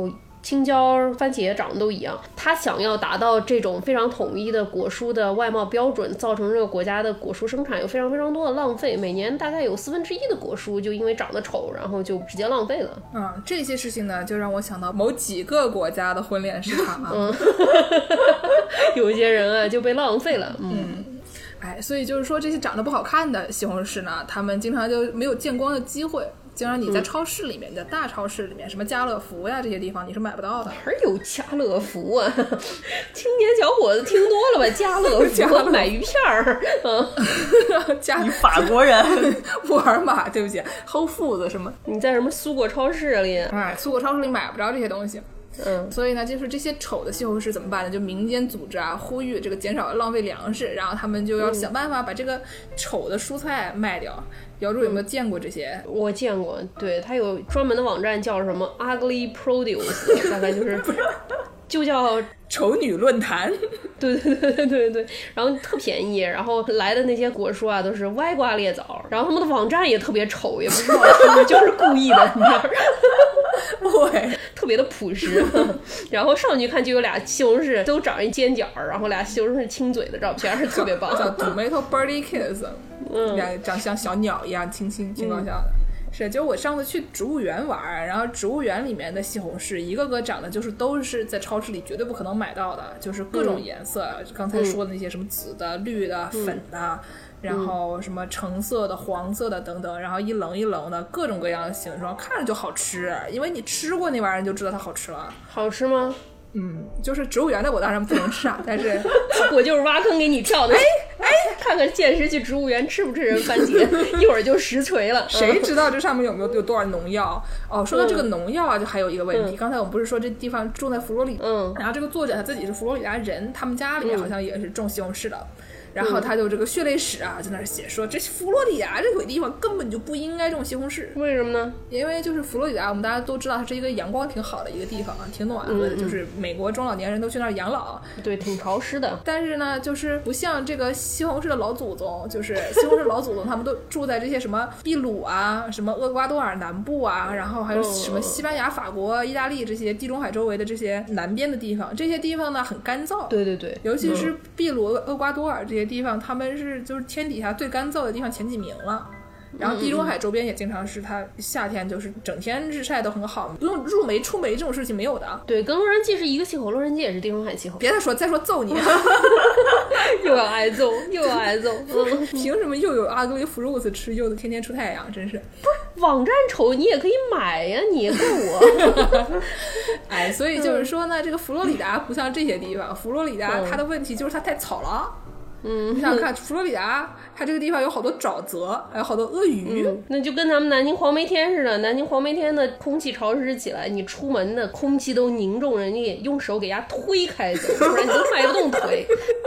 青椒、番茄长得都一样。他想要达到这种非常统一的果蔬的外贸标准，造成这个国家的果蔬生产有非常非常多的浪费，每年大概有1/4的果蔬就因为长得丑，然后就直接浪费了。 这些事情呢，就让我想到某几个国家的婚恋市场啊， 有一些人啊就被浪费了。 所以就是说这些长得不好看的西红柿呢，他们经常就没有见光的机会。经常你在超市里面，你在大超市里面，什么家乐福呀这些地方你是买不到的。 哪儿有家乐福啊？青年小伙子听多了吧？家乐福买鱼片儿， 你法国人， 沃尔玛，对不起，Whole Foods什么？ 你在什么苏果超市里？ 苏果超市里买不着这些东西。所以呢，就是这些丑的西红柿怎么办呢？就民间组织啊，呼吁这个减少浪费粮食，然后他们就要想办法把这个丑的蔬菜卖掉。姚柱有没有见过这些？ 我见过，对，它有专门的网站叫什么 Ugly Produce， 大概就叫丑女论坛。 对，然后特便宜，然后来的那些果蔬啊都是歪瓜裂枣，然后他们的网站也特别丑，也不是好吃，就是故意的，你知道。 对， 特别的朴实。然后上去看就有俩西红柿都长一尖角，然后俩西红柿亲嘴的照片是特别棒， 叫 Tomato Birdie Kiss， 俩长像小鸟一样轻高笑的。是，就我上次去植物园玩，然后植物园里面的西红柿一个个长得都是在超市里绝对不可能买到的，就是各种颜色，刚才说的那些什么紫的、绿的、粉的，然后什么橙色的、黄色的等等，然后一棱一棱的各种各样的形状，看着就好吃，因为你吃过那玩意儿就知道它好吃了。 好吃吗？ 就是植物园的我当然不能吃啊，但是我就是挖坑给你跳的。看看见识去植物园吃不吃人番茄，一会儿就实锤了。 谁知道这上面有多少农药？说到这个农药啊，就还有一个问题。刚才我们不是说这地方住在佛罗里达，然后这个作者他自己是佛罗里达人，他们家里面好像也是种西红柿的。然后他就这个血泪史啊，在那儿写说，这佛罗里达这个地方根本就不应该种西红柿。 为什么呢？ 因为就是佛罗里达，我们大家都知道它是一个阳光挺好的一个地方啊，挺暖和的，就是美国中老年人都去那儿养老。 对，挺潮湿的。 但是呢，就是不像这个西红柿的老祖宗，就是西红柿老祖宗他们都住在这些什么秘鲁啊、什么厄瓜多尔南部啊，然后还有什么西班牙、法国、意大利这些地中海周围的这些南边的地方，这些地方呢很干燥。 对， 尤其是秘鲁、厄瓜多尔这些地方，他们是就是天底下最干燥的地方前几名了。然后地中海周边也经常是它夏天就是整天日晒都很好，不用入梅出梅这种事情没有的。 对，跟洛杉矶是一个气候，洛杉矶也是地中海气候。 别再说揍你又要挨揍凭什么又有ugly fruits吃，又天天出太阳，真是。 不是网站丑你也可以买呀，你怪我。 所以就是说呢，这个佛罗里达不像这些地方，佛罗里达它的问题就是它太草了。你想看佛罗里达，它这个地方有好多沼泽，还有好多鳄鱼， 那就跟咱们南京黄梅天似的。南京黄梅天的空气潮湿起来，你出门的空气都凝重，人家用手给它推开走，不然你都迈不动腿。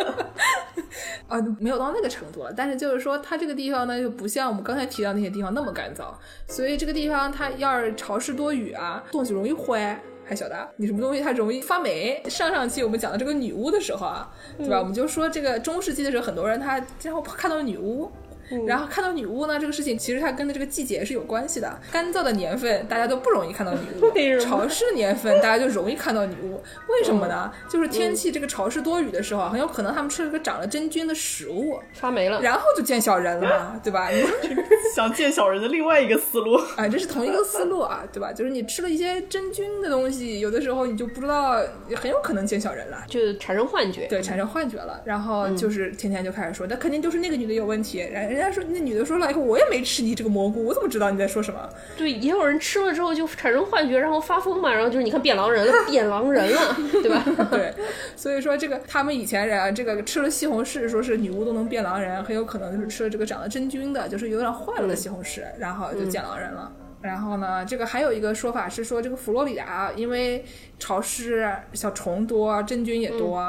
没有到那个程度了，但是就是说它这个地方呢，就不像我们刚才提到那些地方那么干燥，所以这个地方它要是潮湿多雨啊，东西容易坏。还晓得你什么东西它容易发霉。上期我们讲的这个女巫的时候啊，对吧，我们就说这个中世纪的时候很多人他然后看到女巫，然后看到女巫呢，这个事情其实它跟这个季节是有关系的。干燥的年份大家都不容易看到女巫，潮湿的年份大家就容易看到女巫。为什么呢？就是天气这个潮湿多雨的时候，很有可能他们吃了个长了真菌的食物， 发霉了， 然后就见小人了嘛，对吧？ 想见小人的另外一个思路， 这是同一个思路啊，对吧？就是你吃了一些真菌的东西，有的时候你就不知道，很有可能见小人了， 就产生幻觉。 对，产生幻觉了，然后就是天天就开始说，那肯定就是那个女的有问题。人家说那女的说了以后，我也没吃你这个蘑菇，我怎么知道你在说什么？ 对，也有人吃了之后就产生幻觉，然后发疯嘛，然后就是你看变狼人了，变狼人了，对吧？ 对，所以说这个他们以前人这个吃了西红柿，说是女巫都能变狼人，很有可能就是吃了这个长了真菌的，就是有点坏了的西红柿，然后就见狼人了。然后呢，这个还有一个说法是说，这个佛罗里达因为潮湿，小虫多，真菌也多。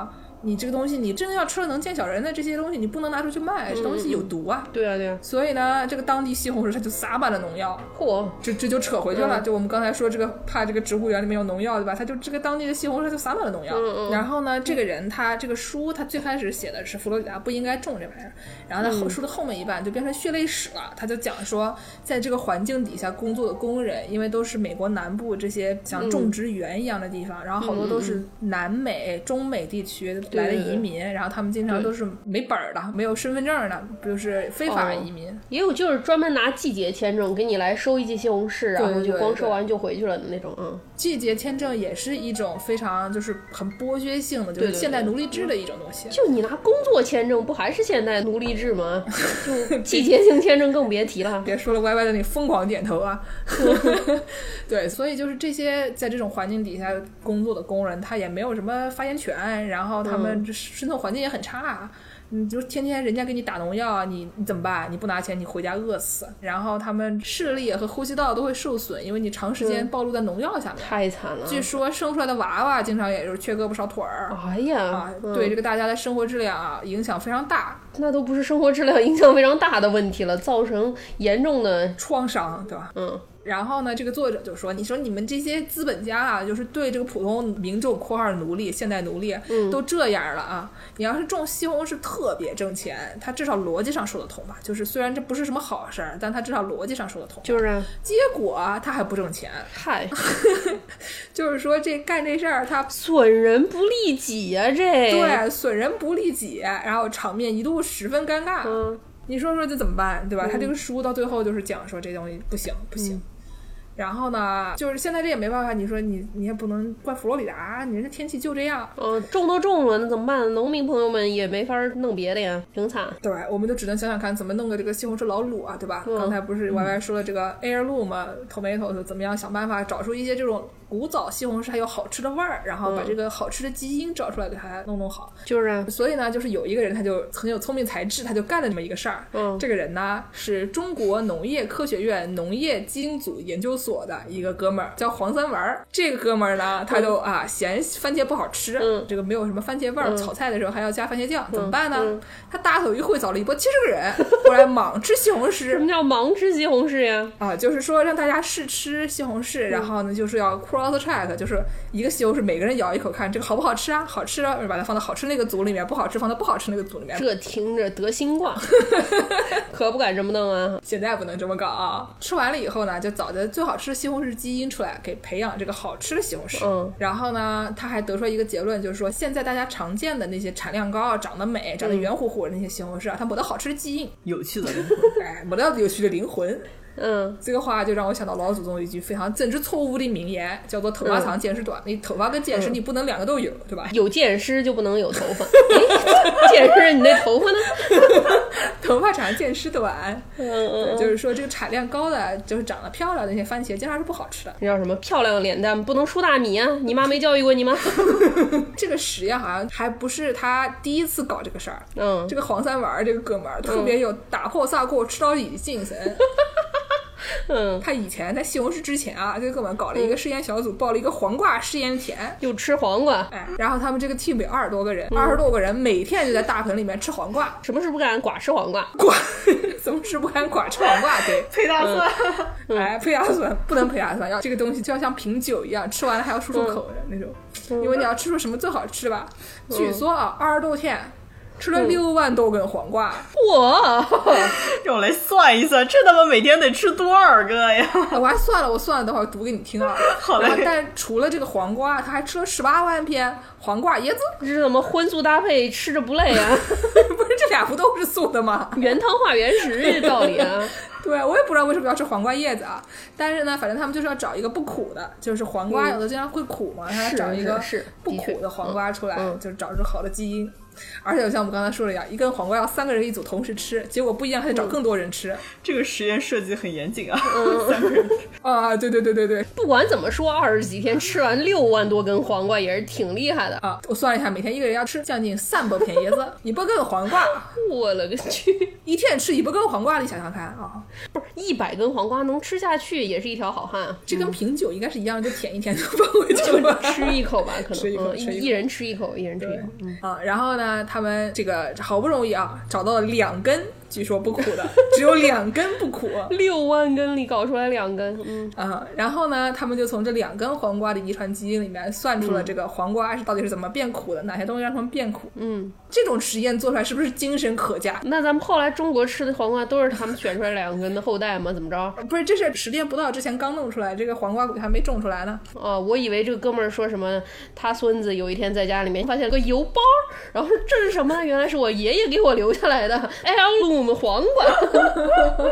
你这个东西你真的要吃了能见小人的这些东西你不能拿出去卖，这东西有毒啊。 对啊对啊。 所以呢这个当地西红柿它就撒满了农药。 嚯， 这就扯回去了，就我们刚才说这个怕这个植物园里面有农药对吧，他就这个当地的西红柿就撒满了农药。然后呢这个人他这个书他最开始写的是佛罗里达不应该种这玩意儿，然后他书的后面一半就变成血泪史了。他就讲说在这个环境底下工作的工人，因为都是美国南部这些像种植园一样的地方，然后好多都是南美中美地区来的移民，然后他们经常都是没本的没有身份证的，就是非法移民。 也有就是专门拿季节签证给你来收一季西红柿，然后就光收完就回去了的那种。 季节签证也是一种非常就是很剥削性的，就是现代奴隶制的一种东西。 就你拿工作签证不还是现代奴隶制吗？就季节性签证更别提了。 别说了，歪歪的你疯狂点头啊。对，所以就是这些在这种环境底下工作的工人他也没有什么发言权，然后他们生存环境也很差。你就天天人家给你打农药，你怎么办？你不拿钱你回家饿死。然后他们视力和呼吸道都会受损，因为你长时间暴露在农药下面。 太惨了。 据说生出来的娃娃经常也就是缺胳膊少腿儿。 哎呀， 对这个大家的生活质量影响非常大。 那都不是生活质量影响非常大的问题了，造成严重的创伤，对吧？然后呢这个作者就说，你说你们这些资本家啊，就是对这个普通民众括号奴隶现代奴隶都这样了啊，你要是种西红柿特别挣钱，他至少逻辑上说得通吧，就是虽然这不是什么好事儿，但他至少逻辑上说得通。 就是啊， 结果他还不挣钱。 嗨。 就是说这干这事儿他损人不利己啊，这对，损人不利己，然后场面一度十分尴尬。你说这怎么办对吧？他这个书到最后就是讲说这东西不行不行。然后呢就是现在这也没办法，你说你也不能怪佛罗里达，你这天气就这样。 种都种了，那怎么办？农民朋友们也没法弄别的呀，挺惨。 对，我们就只能想想看怎么弄个这个西红柿老卤啊，对吧？刚才不是歪歪说了这个 heirloom tomato 怎么样想办法找出一些这种古早西红柿还有好吃的味儿，然后把这个好吃的基因找出来给它弄好。 就是啊， 所以呢就是有一个人他就很有聪明才智，他就干了这么一个事儿。这个人呢是中国农业科学院农业基因组研究所的一个哥们儿，叫黄三丸。这个哥们儿呢他就嫌番茄不好吃，这个没有什么番茄味儿，炒菜的时候还要加番茄酱，怎么办呢？他大手一挥找了一波70个人过来盲吃西红柿。 什么叫盲吃西红柿呀？ 就是说让大家试吃西红柿，然后呢就是要 cross check， 就是一个西红柿每个人咬一口看这个好不好吃啊，好吃了把它放到好吃那个组里面，不好吃放到不好吃那个组里面。 这听着得心挂。可不敢这么弄啊， 现在不能这么搞啊。吃完了以后呢就找着最好吃的西红柿基因出来给培养这个好吃的西红柿。然后呢他还得出来一个结论，就是说现在大家常见的那些产量高长得美长得圆乎乎的那些西红柿它没得好吃的基因， 有趣的灵魂。 没得有趣的灵魂。这个话就让我想到老祖宗一句非常政治错误的名言，叫做头发长见识短。你头发跟见识你不能两个都有，对吧？ 有见识就不能有头发。见识你那头发呢？ 头发长见识短。就是说这个产量高的就是长得漂亮的那些番茄经常是不好吃的。 你知道什么漂亮的脸蛋不能出大米啊？你妈没教育过你吗？ 这个实验好像还不是他第一次搞这个事儿。这个黄三丸这个哥们儿特别有打破砂锅吃到底的精神。他以前在西红柿之前这个哥们搞了一个实验小组，报了一个黄瓜实验田， 又吃黄瓜。 然后他们这个 team 有20多个人，20多个人每天就在大盆里面吃黄瓜。 什么事不敢寡吃黄瓜？ 什么事不敢寡吃黄瓜？对， 配大蒜。 配大蒜不能配大蒜，要这个东西就要像品酒一样，吃完了还要漱漱口的那种。因为你要吃出什么最好吃吧。据说20多天吃了6万多根黄瓜。 哇！ 让我来算一算，这他妈每天得吃多少个呀？ 我还算了，等会儿读给你听啊。 好嘞。 但除了这个黄瓜，他还吃了18万片黄瓜椰子。 这是怎么荤素搭配吃着不累啊？ 不是这俩不都是素的吗？ 原汤化原食这道理啊。 对，我也不知道为什么要吃黄瓜叶子啊，但是呢反正他们就是要找一个不苦的，就是黄瓜有的经常会苦嘛，他要找一个不苦的黄瓜出来，就是找出好的基因。 而且像我们刚才说的一样，一根黄瓜要3个人一组同时吃，结果不一样还得找更多人吃。 这个实验设计很严谨啊，3个人啊，对， 不管怎么说，20几天吃完6万多根黄瓜也是挺厉害的啊！我算了一下，每天一个人要吃将近3包片叶子，100根黄瓜。 我了个去！ 一天吃100根黄瓜，你想想看啊！ 不是100根黄瓜能吃下去，也是一条好汉。 这跟品酒应该是一样，就舔一舔就放回去了， 吃一口吧，可能吃一口， 一人吃一口，一人吃一口。 啊，然后呢，他们这个好不容易啊找到了2根，据说不苦的，只有2根不苦。 6万根里搞出来2根， 然后呢，他们就从这2根黄瓜的遗传基因里面算出了这个黄瓜到底是怎么变苦的，哪些东西让它们变苦。这种实验做出来是不是精神可嘉？ 那咱们后来中国吃的黄瓜都是他们选出来2根的后代吗？怎么着？ 不是，这是实验不到之前刚弄出来，这个黄瓜还没种出来呢。 哦，我以为这个哥们儿说什么，他孙子有一天在家里面发现了个邮包，然后说这是什么呢？原来是我爷爷给我留下来的 heirloom 黄瓜。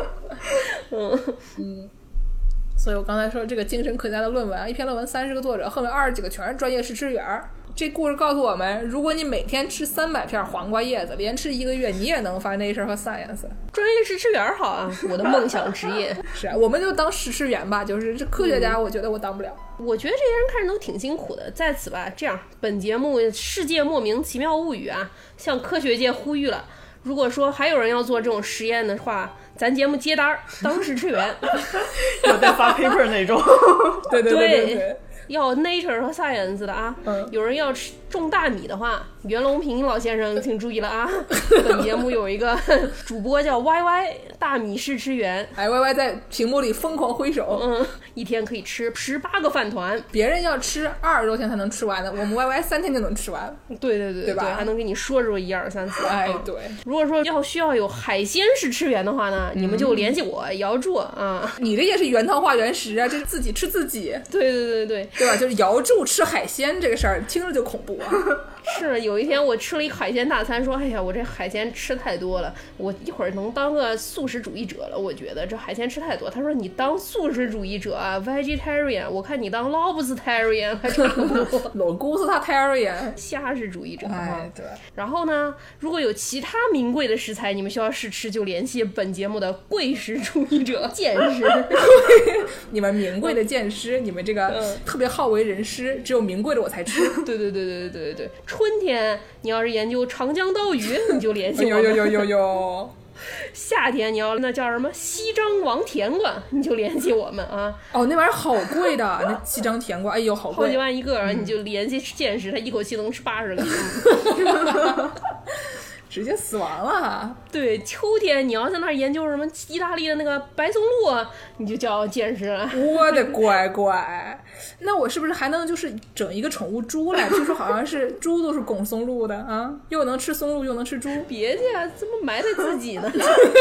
所以我刚才说这个精神可嘉的论文啊，一篇论文30个作者，后面20几个全是专业试吃员。这故事告诉我们，如果你每天吃300片黄瓜叶子，连吃1个月，你也能发 Nature 和 Science。 专业试吃员好啊，我的梦想职业。 是啊，我们就当试吃员吧，就是这科学家，我觉得我当不了。 我觉得这些人看着都挺辛苦的。在此吧，这样，本节目《世界莫名其妙物语》啊，向科学界呼吁了。如果说还有人要做这种实验的话，咱节目接单当试吃员， 有在发 paper 那种。 对。 要 Nature 和 Science 的啊，有人要种大米的话，袁隆平老先生请注意了啊！本节目有一个主播叫 YY 大米试吃员， YY 在屏幕里疯狂挥手， 一天可以吃18个饭团， 别人要吃20多天才能吃完的，我们 YY 3天就能吃完。 对吧？ 还能给你说1、2、3、4。 哎，对。 如果说需要有海鲜试吃员的话呢，你们就联系我姚柱啊。 你这也是原汤化原食啊，这是自己吃自己。 对吧？就是姚柱吃海鲜这个事儿，听着就恐怖啊。 是，有一天我吃了一个海鲜大餐，说哎呀，我这海鲜吃太多了，我一会儿能当个素食主义者了。我觉得这海鲜吃太多。他说你当素食主义者啊 ，vegetarian， 我看你当 lobstarian 还差不多。 lobstarian， 虾食主义者。 哎，对。 然后呢，如果有其他名贵的食材你们需要试吃，就联系本节目的贵食主义者剑师。 你们名贵的剑师，你们这个特别好为人师，只有名贵的我才吃。 对。春天你要是研究长江刀鱼，你就联系我。 有。 夏天你要那叫什么西张王甜瓜，你就联系我们啊。 哦，那玩意儿好贵的，那西张甜瓜，哎呦，好贵， 好几万一个，你就联系剑师，他一口气能吃80个。 直接死亡了。 对，秋天你要在那儿研究什么意大利的那个白松露，你就叫剑师了。 我的乖，那我是不是还能就是整一个宠物猪来？据说好像是猪都是拱松露的啊，又能吃松露又能吃猪。 别介啊，怎么埋汰自己呢？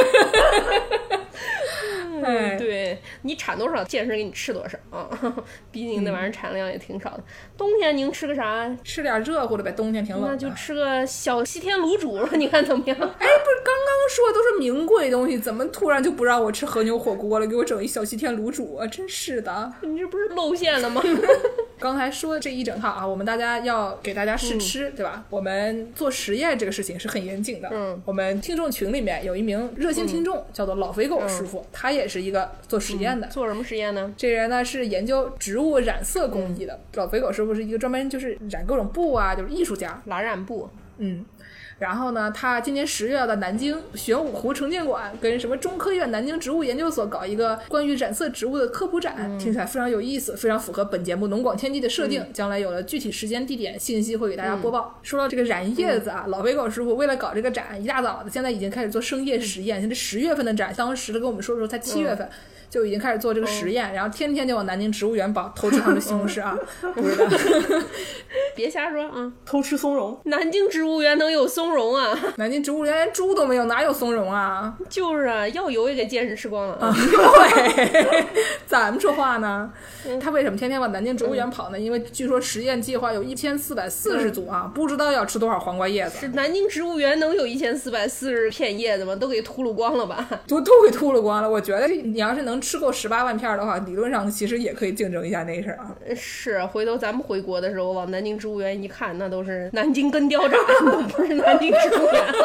对，你产多少，剑师给你吃多少啊！毕竟那玩意儿产量也挺少的。冬天您吃个啥？ 吃点热乎的呗，冬天挺冷的。 那就吃个小西天卤煮，你看怎么样？ 哎，不是刚刚说的都是名贵东西，怎么突然就不让我吃和牛火锅了，给我整一小西天卤煮啊？真是的， 你这不是露馅了吗？ 刚才说的这一整套啊，我们大家要给大家试吃，对吧？我们做实验这个事情是很严谨的。我们听众群里面有一名热心听众，叫做老肥狗师傅，他也是一个做实验的。 做什么实验呢？ 这人呢是研究植物染色工艺的。老肥狗师傅是一个专门就是染各种布啊，就是艺术家， 拉染布。 然后呢，他今年10月要到南京玄武湖城建馆跟什么中科院南京植物研究所搞一个关于染色植物的科普展，听起来非常有意思，非常符合本节目龙广天地的设定。将来有了具体时间地点信息会给大家播报。说到这个染叶子啊，老肥狗师傅为了搞这个展，一大早的现在已经开始做生叶实验。现在10月份的展，当时的跟我们说的时候才7月份。就已经开始做这个实验，然后天天就往南京植物园跑偷吃他们的西红柿啊！不是的， 别瞎说啊！ 偷吃松茸， 南京植物园能有松茸啊？ 南京植物园连猪都没有，哪有松茸啊？ 就是啊，要油也给剑士吃光了啊！ 对，咱们说话呢？他为什么天天往南京植物园跑呢？因为据说实验计划有1440组啊，不知道要吃多少黄瓜叶子。 是南京植物园能有1440片叶子吗？都给秃噜光了吧？ 都给秃噜光了。我觉得你要是能吃够18万片的话，理论上其实也可以竞争一下那事儿啊。 是，回头咱们回国的时候往南京植物园一看，那都是南京根雕展，都不是南餐厅吃公园。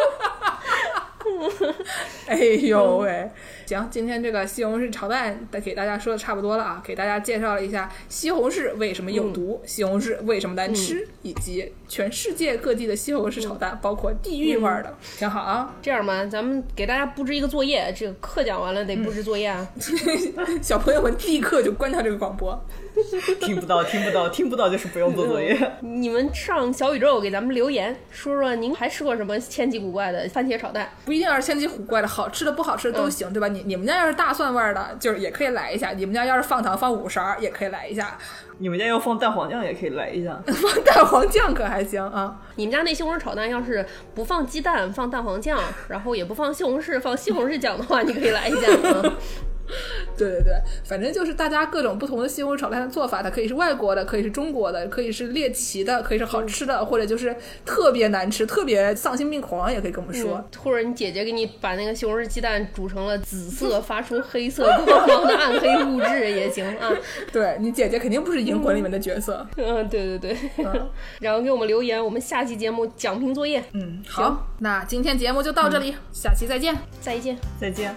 哎呦喂，行，今天这个西红柿炒蛋给大家说的差不多了啊，给大家介绍了一下西红柿为什么有毒，西红柿为什么难吃，以及全世界各地的西红柿炒蛋，包括地域味的，挺好啊。 这样吧，咱们给大家布置一个作业，这个课讲完了得布置作业啊。 小朋友们立刻就关掉这个广播。 听不到就是不用做作业。 你们上小宇宙给咱们留言，说说您还吃过什么千奇古怪的番茄炒蛋？ 不一定要是千奇古怪的，好吃的不好吃的都行，对吧？你们家要是大蒜味的，就是也可以来一下；你们家要是放糖放5勺，也可以来一下； 你们家要放蛋黄酱，也可以来一下。 放蛋黄酱可还行啊？ 你们家那西红柿炒蛋要是不放鸡蛋，放蛋黄酱，然后也不放西红柿，放西红柿酱的话，你可以来一下啊。 对对对，反正就是大家各种不同的西红柿炒蛋的做法，它可以是外国的，可以是中国的，可以是猎奇的，可以是好吃的，或者就是特别难吃、特别丧心病狂，也可以跟我们说。 或者你姐姐给你把那个西红柿鸡蛋煮成了紫色、发出黑色光芒的暗黑物质也行啊。 对，你姐姐肯定不是银魂里面的角色。 对对对。然后给我们留言，我们下期节目讲评作业。 好，那今天节目就到这里，下期再见。 再见。 再见。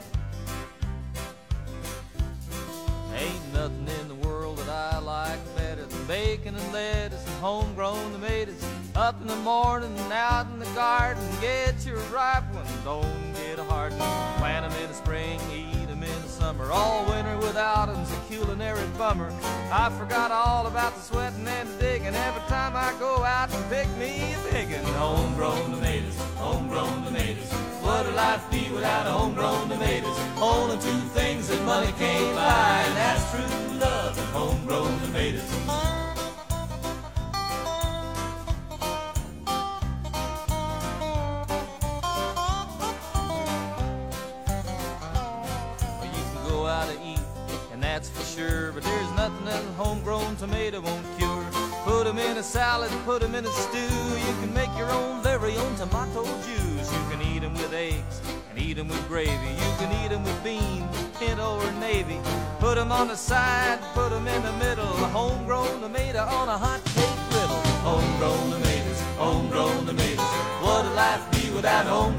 Ain't nothing in the world that I like better than bacon and lettuce and homegrown tomatoes. Up in the morning and out in the garden, get your ripe ones, don't get a hard one. Plant 'em in the spring, eat 'em in the summer. All winter without 'em's a culinary bummer. I forgot all about the sweating and the digging every time I go out and pick me a biggin. Homegrown tomatoes, homegrown tomatoes. What'd life be without homegrown tomatoes? Only two things that money can't buy, and that's true love and homegrown tomatoes. Well, you can go out to eat, and that's for sure, but there's nothing that a homegrown tomato won't cure. Put 'em in a salad, put 'em in a stew. You can make your own very own tomato juice. You can eat 'em with eggs and eat 'em with gravy. You can eat 'em with beans, pinto or navy. Put 'em on the side, put 'em in the middle. A homegrown tomato on a hot cake griddle. Homegrown tomatoes, homegrown tomatoes. What'd life be without homegrown